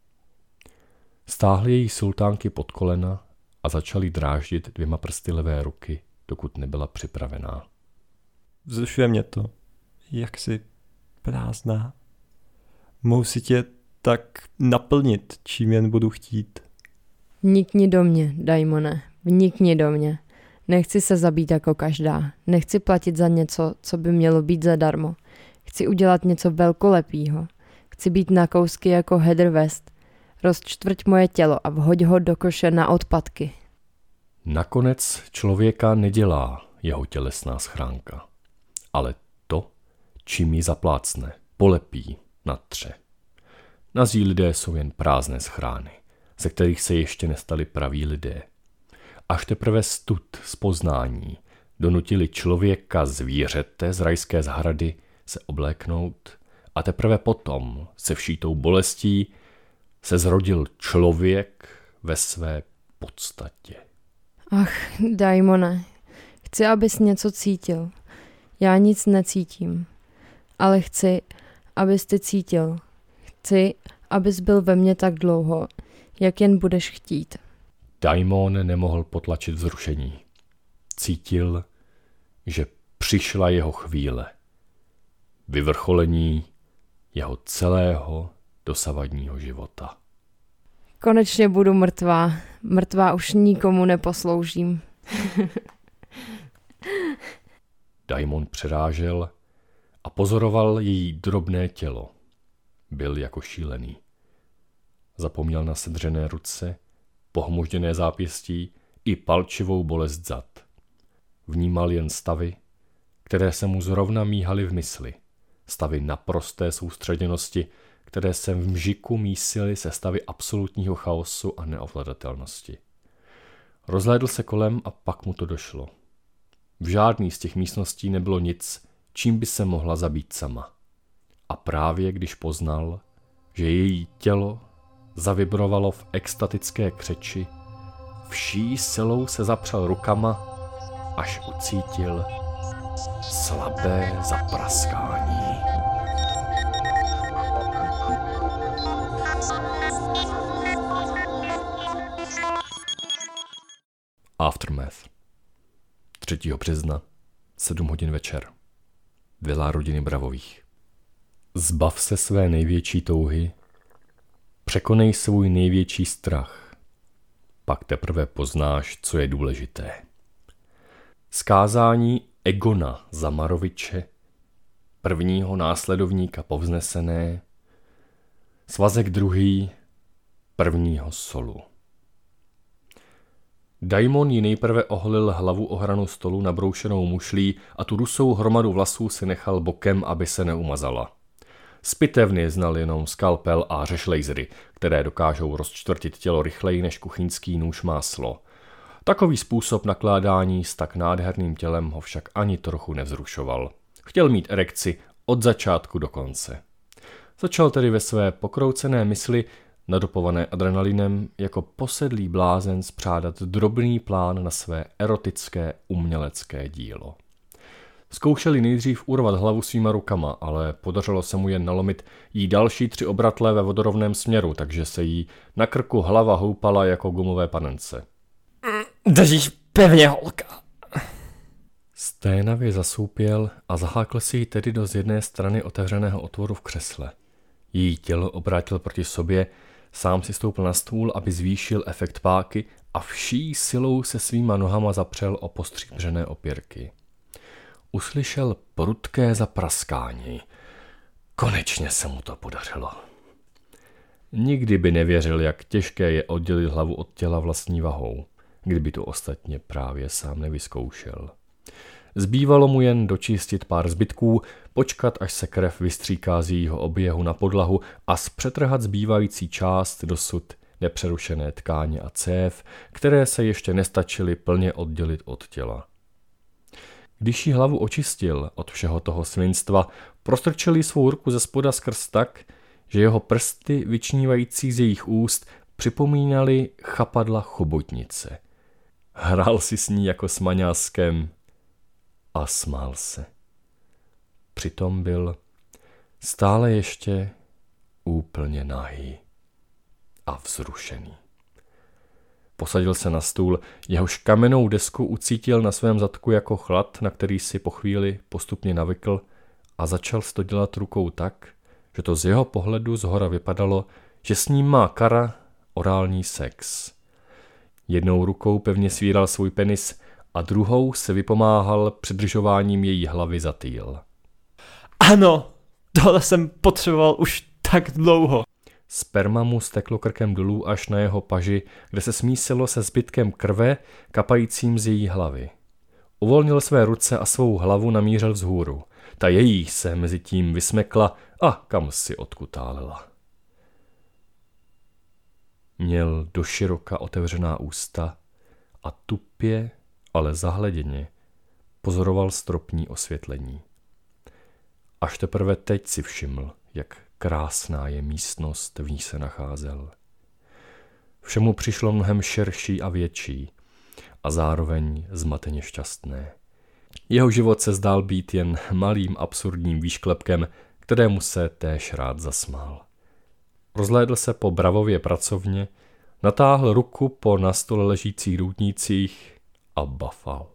Stáhli její sultánky pod kolena a začali dráždit 2 prsty levé ruky, dokud nebyla připravená. Vzrušuje mě to. Jak jsi prázdná. Mohu si tě tak naplnit, čím jen budu chtít. Vnikni do mě, Daimone. Vnikni do mě. Nechci se zabít jako každá. Nechci platit za něco, co by mělo být zadarmo. Chci udělat něco velkolepýho. Chci být na kousky jako Heather West. Rozčtvrť moje tělo a vhoď ho do koše na odpadky. Nakonec člověka nedělá jeho tělesná schránka, ale to, čím ji zaplácne, polepí, natře. Nazí lidé jsou jen prázdné schrány, ze kterých se ještě nestali praví lidé. Až teprve stud z poznání donutili člověka zvířete z rajské zahrady se obléknout a teprve potom se vší tou bolestí se zrodil člověk ve své podstatě. Ach, Daimone, chci, abys něco cítil. Já nic necítím, ale chci, abys ty cítil. Chci, abys byl ve mně tak dlouho, jak jen budeš chtít. Daimon nemohl potlačit vzrušení. Cítil, že přišla jeho chvíle. Vyvrcholení jeho celého dosavadního života. Konečně budu mrtvá. Mrtvá už nikomu neposloužím. Daimon přerážel a pozoroval její drobné tělo. Byl jako šílený. Zapomněl na sedřené ruce, pohmožděné zápěstí i palčivou bolest zad. Vnímal jen stavy, které se mu zrovna míhaly v mysli. Stavy naprosté soustředěnosti, které se v mžiku mísily se stavy absolutního chaosu a neovladatelnosti. Rozhlédl se kolem a pak mu to došlo. V žádný z těch místností nebylo nic, čím by se mohla zabít sama. A právě když poznal, že její tělo zavibrovalo v extatické křeči, vší silou se zapřel rukama, až ucítil slabé zapraskání. Aftermath. 3. března, 7 hodin večer. Vila rodiny Bravových. Zbav se své největší touhy, překonej svůj největší strach, pak teprve poznáš, co je důležité. Zkázání Egona Zamaroviče, prvního následovníka povznesené, svazek 2. prvního solu. Daimon ji nejprve oholil hlavu o hranu stolu nabroušenou mušlí a tu rusou hromadu vlasů si nechal bokem, aby se neumazala. Z pitevny znal jenom skalpel a řešlejzry, které dokážou rozčtvrtit tělo rychleji než kuchyňský nůž máslo. Takový způsob nakládání s tak nádherným tělem ho však ani trochu nevzrušoval. Chtěl mít erekci od začátku do konce. Začal tedy ve své pokroucené mysli, nadopované adrenalinem, jako posedlý blázen spřádat drobný plán na své erotické umělecké dílo. Zkoušeli nejdřív urvat hlavu svýma rukama, ale podařilo se mu jen nalomit jí další 3 obratle ve vodorovném směru, takže se jí na krku hlava houpala jako gumové panence. Držíš pevně, holka. Sténavě zasoupěl a zahákl si ji tedy do z jedné strany otevřeného otvoru v křesle. Její tělo obrátil proti sobě, sám si stoupil na stůl, aby zvýšil efekt páky a vší silou se svýma nohama zapřel o postříbřené opěrky. Uslyšel prudké zapraskání. Konečně se mu to podařilo. Nikdy by nevěřil, jak těžké je oddělit hlavu od těla vlastní vahou, kdyby to ostatně právě sám nevyzkoušel. Zbývalo mu jen dočistit pár zbytků, počkat, až se krev vystříká z jejího oběhu na podlahu a zpřetrhat zbývající část dosud nepřerušené tkáně a cév, které se ještě nestačily plně oddělit od těla. Když jí hlavu očistil od všeho toho svinstva, prostrčil jí svou ruku ze spoda skrz tak, že jeho prsty vyčnívající z jejich úst připomínaly chapadla chobotnice. Hrál si s ní jako s maňáskem a smál se. Přitom byl stále ještě úplně nahý a vzrušený. Posadil se na stůl, jehož kamennou desku ucítil na svém zadku jako chlad, na který si po chvíli postupně navykl, a začal to dělat rukou tak, že to z jeho pohledu zhora vypadalo, že s ním má Kara orální sex. Jednou rukou pevně svíral svůj penis a druhou se vypomáhal přidržováním její hlavy za týl. Ano, tohle jsem potřeboval už tak dlouho. Sperma mu steklo krkem dolů až na jeho paži, kde se smísilo se zbytkem krve kapajícím z její hlavy. Uvolnil své ruce a svou hlavu namířil vzhůru. Ta její se mezi tím vysmekla a kam si odkutálela. Měl doširoka otevřená ústa a tupě, ale zahleděně pozoroval stropní osvětlení. Až teprve teď si všiml, jak krásná je místnost, v ní se nacházel. Všemu přišlo mnohem širší a větší a zároveň zmateně šťastné. Jeho život se zdál být jen malým absurdním výšklepkem, kterému se též rád zasmál. Rozhlédl se po Bravově pracovně, natáhl ruku po na stole ležících doutnících a bafal.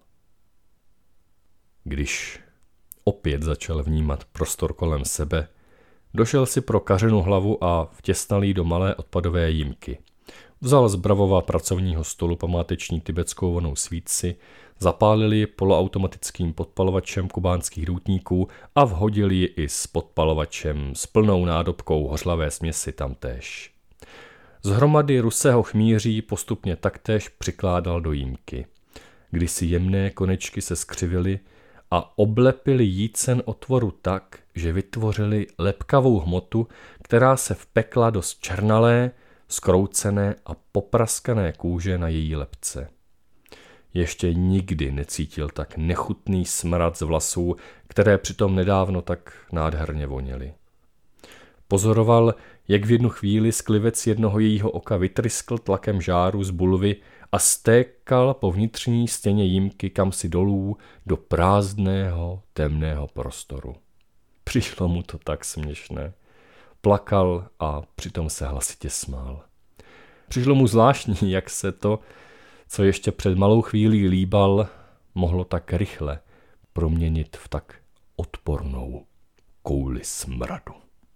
Když opět začal vnímat prostor kolem sebe, došel si pro Kařinu hlavu a vtěsnal jí do malé odpadové jímky. Vzal z Bravova pracovního stolu památeční tibetskou vonou svíci, zapálil ji poloautomatickým podpalovačem kubánských doutníků a vhodil ji i s podpalovačem s plnou nádobkou hořlavé směsi tamtéž. Z hromady rusého chmíří postupně taktéž přikládal do jímky. Kdysi jemné konečky se skřivily a oblepily jícen otvoru tak, že vytvořili lepkavou hmotu, která se vpekla do zčernalé, zkroucené a popraskané kůže na její lebce. Ještě nikdy necítil tak nechutný smrad z vlasů, které přitom nedávno tak nádherně voněly. Pozoroval, jak v jednu chvíli sklivec jednoho jejího oka vytryskl tlakem žáru z bulvy a stékal po vnitřní stěně jímky kamsi dolů do prázdného, temného prostoru. Přišlo mu to tak směšné. Plakal a přitom se hlasitě smál. Přišlo mu zvláštní, jak se to, co ještě před malou chvílí líbal, mohlo tak rychle proměnit v tak odpornou kouli smradu.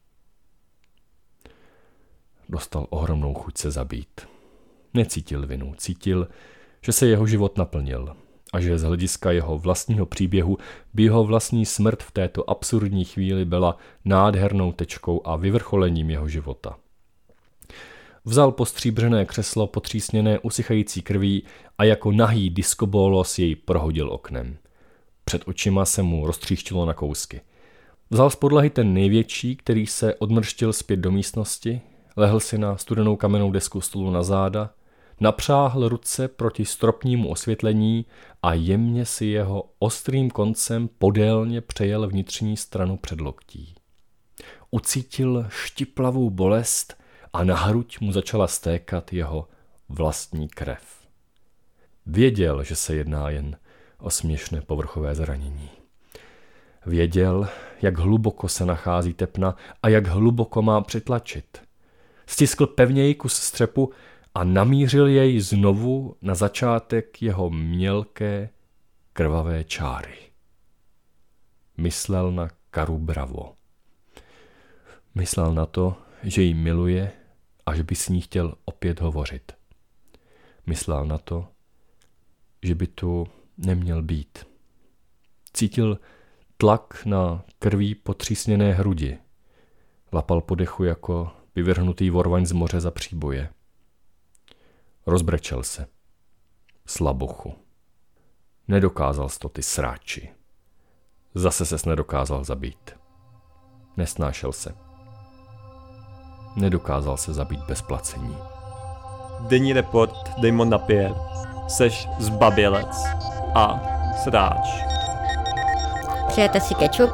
Dostal ohromnou chuť se zabít. Necítil vinu, cítil, že se jeho život naplnil a že z hlediska jeho vlastního příběhu by jeho vlastní smrt v této absurdní chvíli byla nádhernou tečkou a vyvrcholením jeho života. Vzal postříbřené křeslo potřísněné usychající krví a jako nahý diskobólos jej prohodil oknem. Před očima se mu roztříštilo na kousky. Vzal z podlahy ten největší, který se odmrštil zpět do místnosti, lehl si na studenou kamennou desku stolu na záda, napřáhl ruce proti stropnímu osvětlení a jemně si jeho ostrým koncem podélně přejel vnitřní stranu předloktí. Ucítil štiplavou bolest a na hruď mu začala stékat jeho vlastní krev. Věděl, že se jedná jen o směšné povrchové zranění. Věděl, jak hluboko se nachází tepna a jak hluboko má přitlačit. Stiskl pevněji kus střepu a namířil jej znovu na začátek jeho mělké, krvavé čáry. Myslel na Karu Bravo. Myslel na to, že ji miluje a že by s ní chtěl opět hovořit. Myslel na to, že by tu neměl být. Cítil tlak na krví potřísněné hrudi. Lapal po dechu jako vyvrhnutý vorvaň z moře za příboje. Rozbrečel se. Slabochu. Nedokázal to ty sráči. Zase ses nedokázal zabít. Nesnášel se. Nedokázal se zabít bez placení. Denní report Damon Napier. Seš zbabělec a sráč. Přijete si kečup?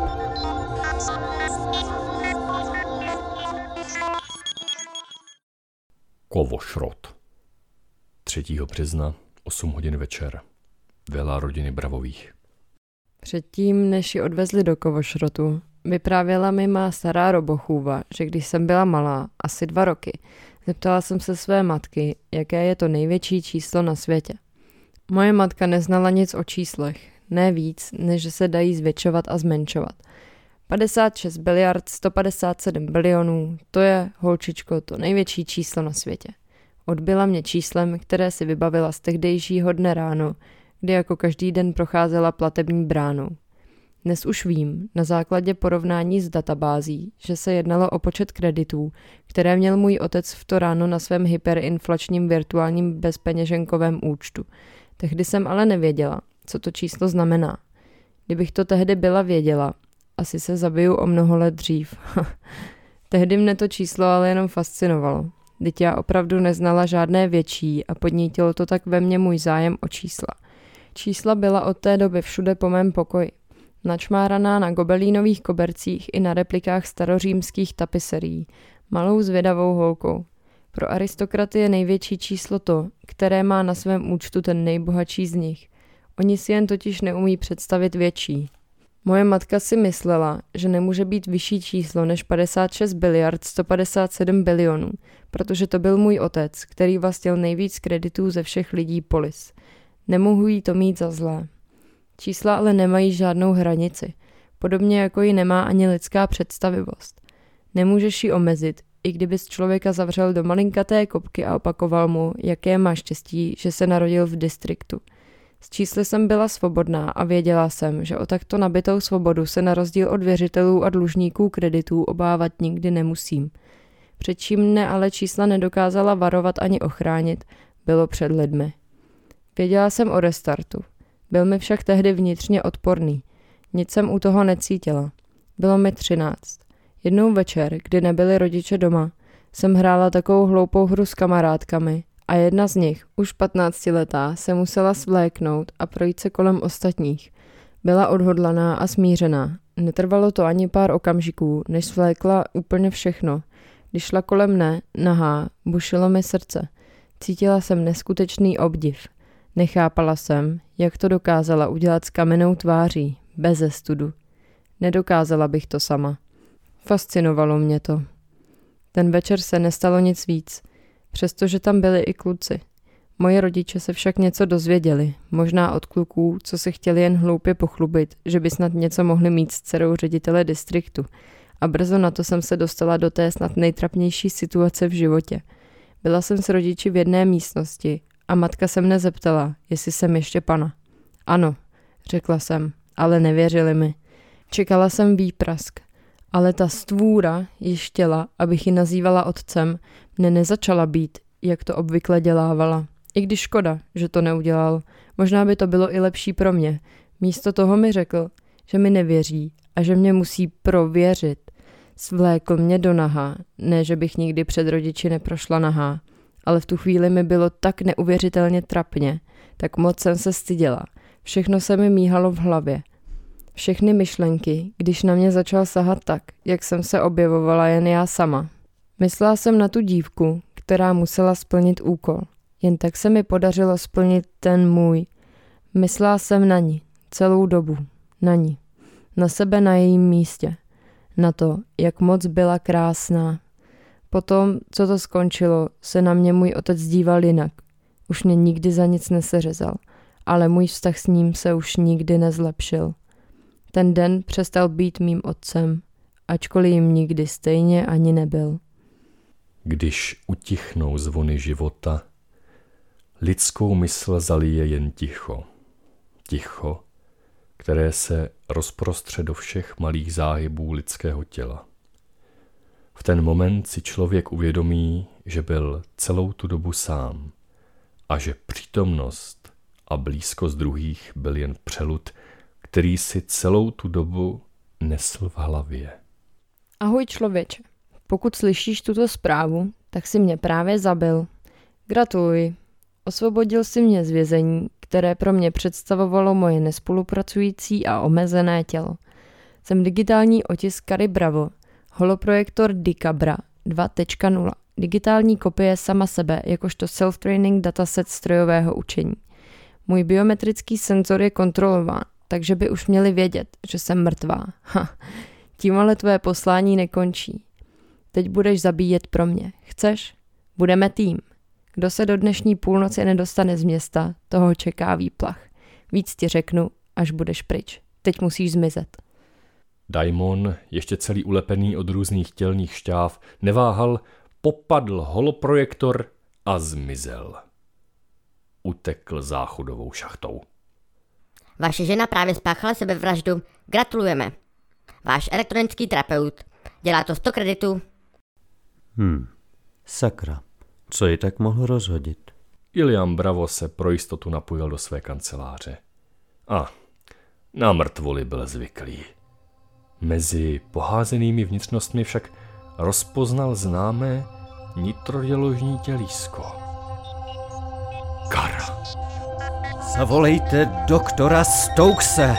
Kovošrot. 3. března, 8 hodin večer. Vila rodiny Bravových. Předtím, než ji odvezli do Kovošrotu, vyprávěla mi má stará robochůva, že když jsem byla malá, asi 2 roky, zeptala jsem se své matky, jaké je to největší číslo na světě. Moje matka neznala nic o číslech, ne víc, než že se dají zvětšovat a zmenšovat. 56 biliard 157 bilionů, to je, holčičko, to největší číslo na světě. Odbyla mě číslem, které si vybavila z tehdejšího dne ráno, kdy jako každý den procházela platební bránou. Dnes už vím, na základě porovnání s databází, že se jednalo o počet kreditů, které měl můj otec v to ráno na svém hyperinflačním virtuálním bezpeněženkovém účtu. Tehdy jsem ale nevěděla, co to číslo znamená. Kdybych to tehdy byla věděla, asi se zabiju o mnoho let dřív. Tehdy mne to číslo ale jenom fascinovalo. Vždyť já opravdu neznala žádné větší a podnítilo to tak ve mně můj zájem o čísla. Čísla byla od té doby všude po mém pokoji. Načmáraná na gobelínových kobercích i na replikách starořímských tapiserií, malou zvědavou holkou. Pro aristokraty je největší číslo to, které má na svém účtu ten nejbohatší z nich. Oni si jen totiž neumí představit větší. Moje matka si myslela, že nemůže být vyšší číslo než 56 biliard 157 bilionů, protože to byl můj otec, který vlastnil nejvíc kreditů ze všech lidí Polis. Nemohu jí to mít za zlé. Čísla ale nemají žádnou hranici, podobně jako ji nemá ani lidská představivost. Nemůžeš ji omezit, i kdybys člověka zavřel do malinkaté kopky a opakoval mu, jaké má štěstí, že se narodil v distriktu. S čísly jsem byla svobodná a věděla jsem, že o takto nabitou svobodu se na rozdíl od věřitelů a dlužníků kreditů obávat nikdy nemusím. Před čím mne ale čísla nedokázala varovat ani ochránit, bylo před lidmi. Věděla jsem o restartu. Byl mi však tehdy vnitřně odporný. Nic jsem u toho necítila. Bylo mi 13. Jednou večer, kdy nebyli rodiče doma, jsem hrála takovou hloupou hru s kamarádkami a jedna z nich, už 15letá, se musela svléknout a projít se kolem ostatních. Byla odhodlaná a smířená. Netrvalo to ani pár okamžiků, než svlékla úplně všechno. Když šla kolem mne, nahá, bušilo mi srdce. Cítila jsem neskutečný obdiv. Nechápala jsem, jak to dokázala udělat s kamennou tváří, beze studu. Nedokázala bych to sama. Fascinovalo mě to. Ten večer se nestalo nic víc, přestože tam byli i kluci. Moje rodiče se však něco dozvěděli, možná od kluků, co se chtěli jen hloupě pochlubit, že by snad něco mohli mít s dcerou ředitele distriktu. A brzo na to jsem se dostala do té snad nejtrapnější situace v životě. Byla jsem s rodiči v jedné místnosti a matka se mne zeptala, jestli jsem ještě pana. Ano, řekla jsem, ale nevěřili mi. Čekala jsem výprask, ale ta stvůra již chtěla, abych ji nazývala otcem, mne nezačala být, jak to obvykle dělávala. I když škoda, že to neudělal. Možná by to bylo i lepší pro mě. Místo toho mi řekl, že mi nevěří a že mě musí prověřit. Svlékl mě do nahá, ne že bych nikdy před rodiči neprošla nahá, ale v tu chvíli mi bylo tak neuvěřitelně trapně, tak moc jsem se styděla. Všechno se mi míhalo v hlavě. Všechny myšlenky, když na mě začal sahat tak, jak jsem se objevovala jen já sama. Myslela jsem na tu dívku, která musela splnit úkol. Jen tak se mi podařilo splnit ten můj. Myslela jsem na ní, celou dobu, na ní. Na sebe na jejím místě. Na to, jak moc byla krásná. Potom, co to skončilo, se na mě můj otec díval jinak. Už mě nikdy za nic neseřezal, ale můj vztah s ním se už nikdy nezlepšil. Ten den přestal být mým otcem, ačkoliv jim nikdy stejně ani nebyl. Když utichnou zvony života, lidskou mysl zalije jen ticho. Ticho, které se rozprostře do všech malých záhybů lidského těla. V ten moment si člověk uvědomí, že byl celou tu dobu sám a že přítomnost a blízkost druhých byl jen přelud, který si celou tu dobu nesl v hlavě. Ahoj člověče, pokud slyšíš tuto zprávu, tak si mě právě zabil. Gratuluji. Osvobodil si mě z vězení, které pro mě představovalo moje nespolupracující a omezené tělo. Jsem digitální otisk Kary Bravo, holoprojektor Dicabra 2.0, digitální kopie sama sebe, jakožto self-training dataset strojového učení. Můj biometrický senzor je kontrolován, takže by už měli vědět, že jsem mrtvá. Tím ale tvoje poslání nekončí. Teď budeš zabíjet pro mě. Chceš? Budeme tým. Kdo se do dnešní půlnoci nedostane z města, toho čeká výplach. Víc ti řeknu, až budeš pryč. Teď musíš zmizet. Daimon, ještě celý ulepený od různých tělních šťáv, neváhal, popadl holoprojektor a zmizel. Utekl záchodovou šachtou. Vaše žena právě spáchala sebevraždu. Gratulujeme. Váš elektronický terapeut. Dělá to 100 kreditů. Sakra. Co ji tak mohl rozhodit? Iliam Bravo se pro jistotu napojil do své kanceláře. A na mrtvoli byl zvyklý. Mezi poházenými vnitřnostmi však rozpoznal známé nitroděložní tělísko. Kara. Zavolejte doktora Stokese.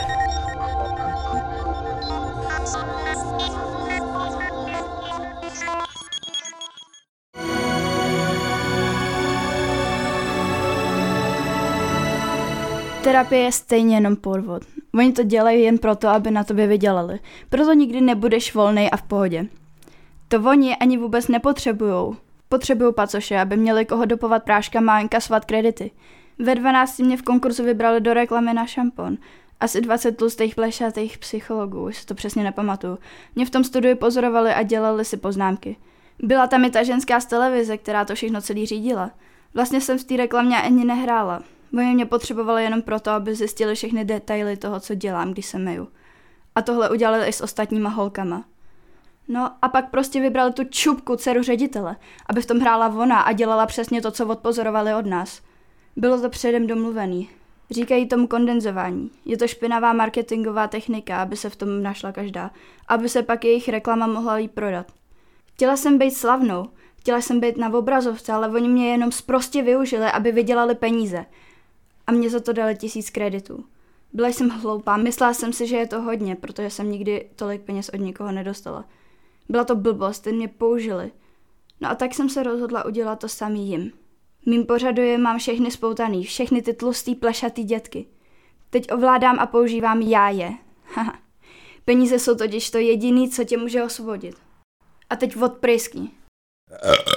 Terapie je stejně jenom podvod. Oni to dělají jen proto, aby na tobě vydělali. Proto nikdy nebudeš volnej a v pohodě. To oni ani vůbec nepotřebujou. Potřebují pacoše, aby měli koho dopovat práškama a inkasovat kredity. Ve 12 mě v konkurzu vybrali do reklamy na šampon. Asi 20 tlustých plešatých psychologů, už si to přesně nepamatuju. Mě v tom studiu pozorovali a dělali si poznámky. Byla tam i ta ženská z televize, která to všechno celý řídila. Vlastně jsem v té reklamě ani nehrála. Oni mě potřebovali jenom proto, aby zjistili všechny detaily toho, co dělám, když se myju. A tohle udělali i s ostatníma holkama. No a pak prostě vybrali tu čupku, dceru ředitele, aby v tom hrála ona a dělala přesně to, co odpozorovali od nás. Bylo to předem domluvený. Říkají tomu kondenzování. Je to špinavá marketingová technika, aby se v tom našla každá, aby se pak jejich reklama mohla líp prodat. Chtěla jsem být slavnou, chtěla jsem být na obrazovce, ale oni mě jenom sprostě využili, aby vydělali peníze. A mě za to dali 1000 kreditů. Byla jsem hloupá, myslela jsem si, že je to hodně, protože jsem nikdy tolik peněz od nikoho nedostala. Byla to blbost, ty mě použili. No a tak jsem se rozhodla udělat to samý jim. V mým pořadu je mám všechny spoutaný, všechny ty tlustý plešatý dětky. Teď ovládám a používám já je. Haha. Peníze jsou totiž to jediný, co tě může osvobodit. A teď odpryskni.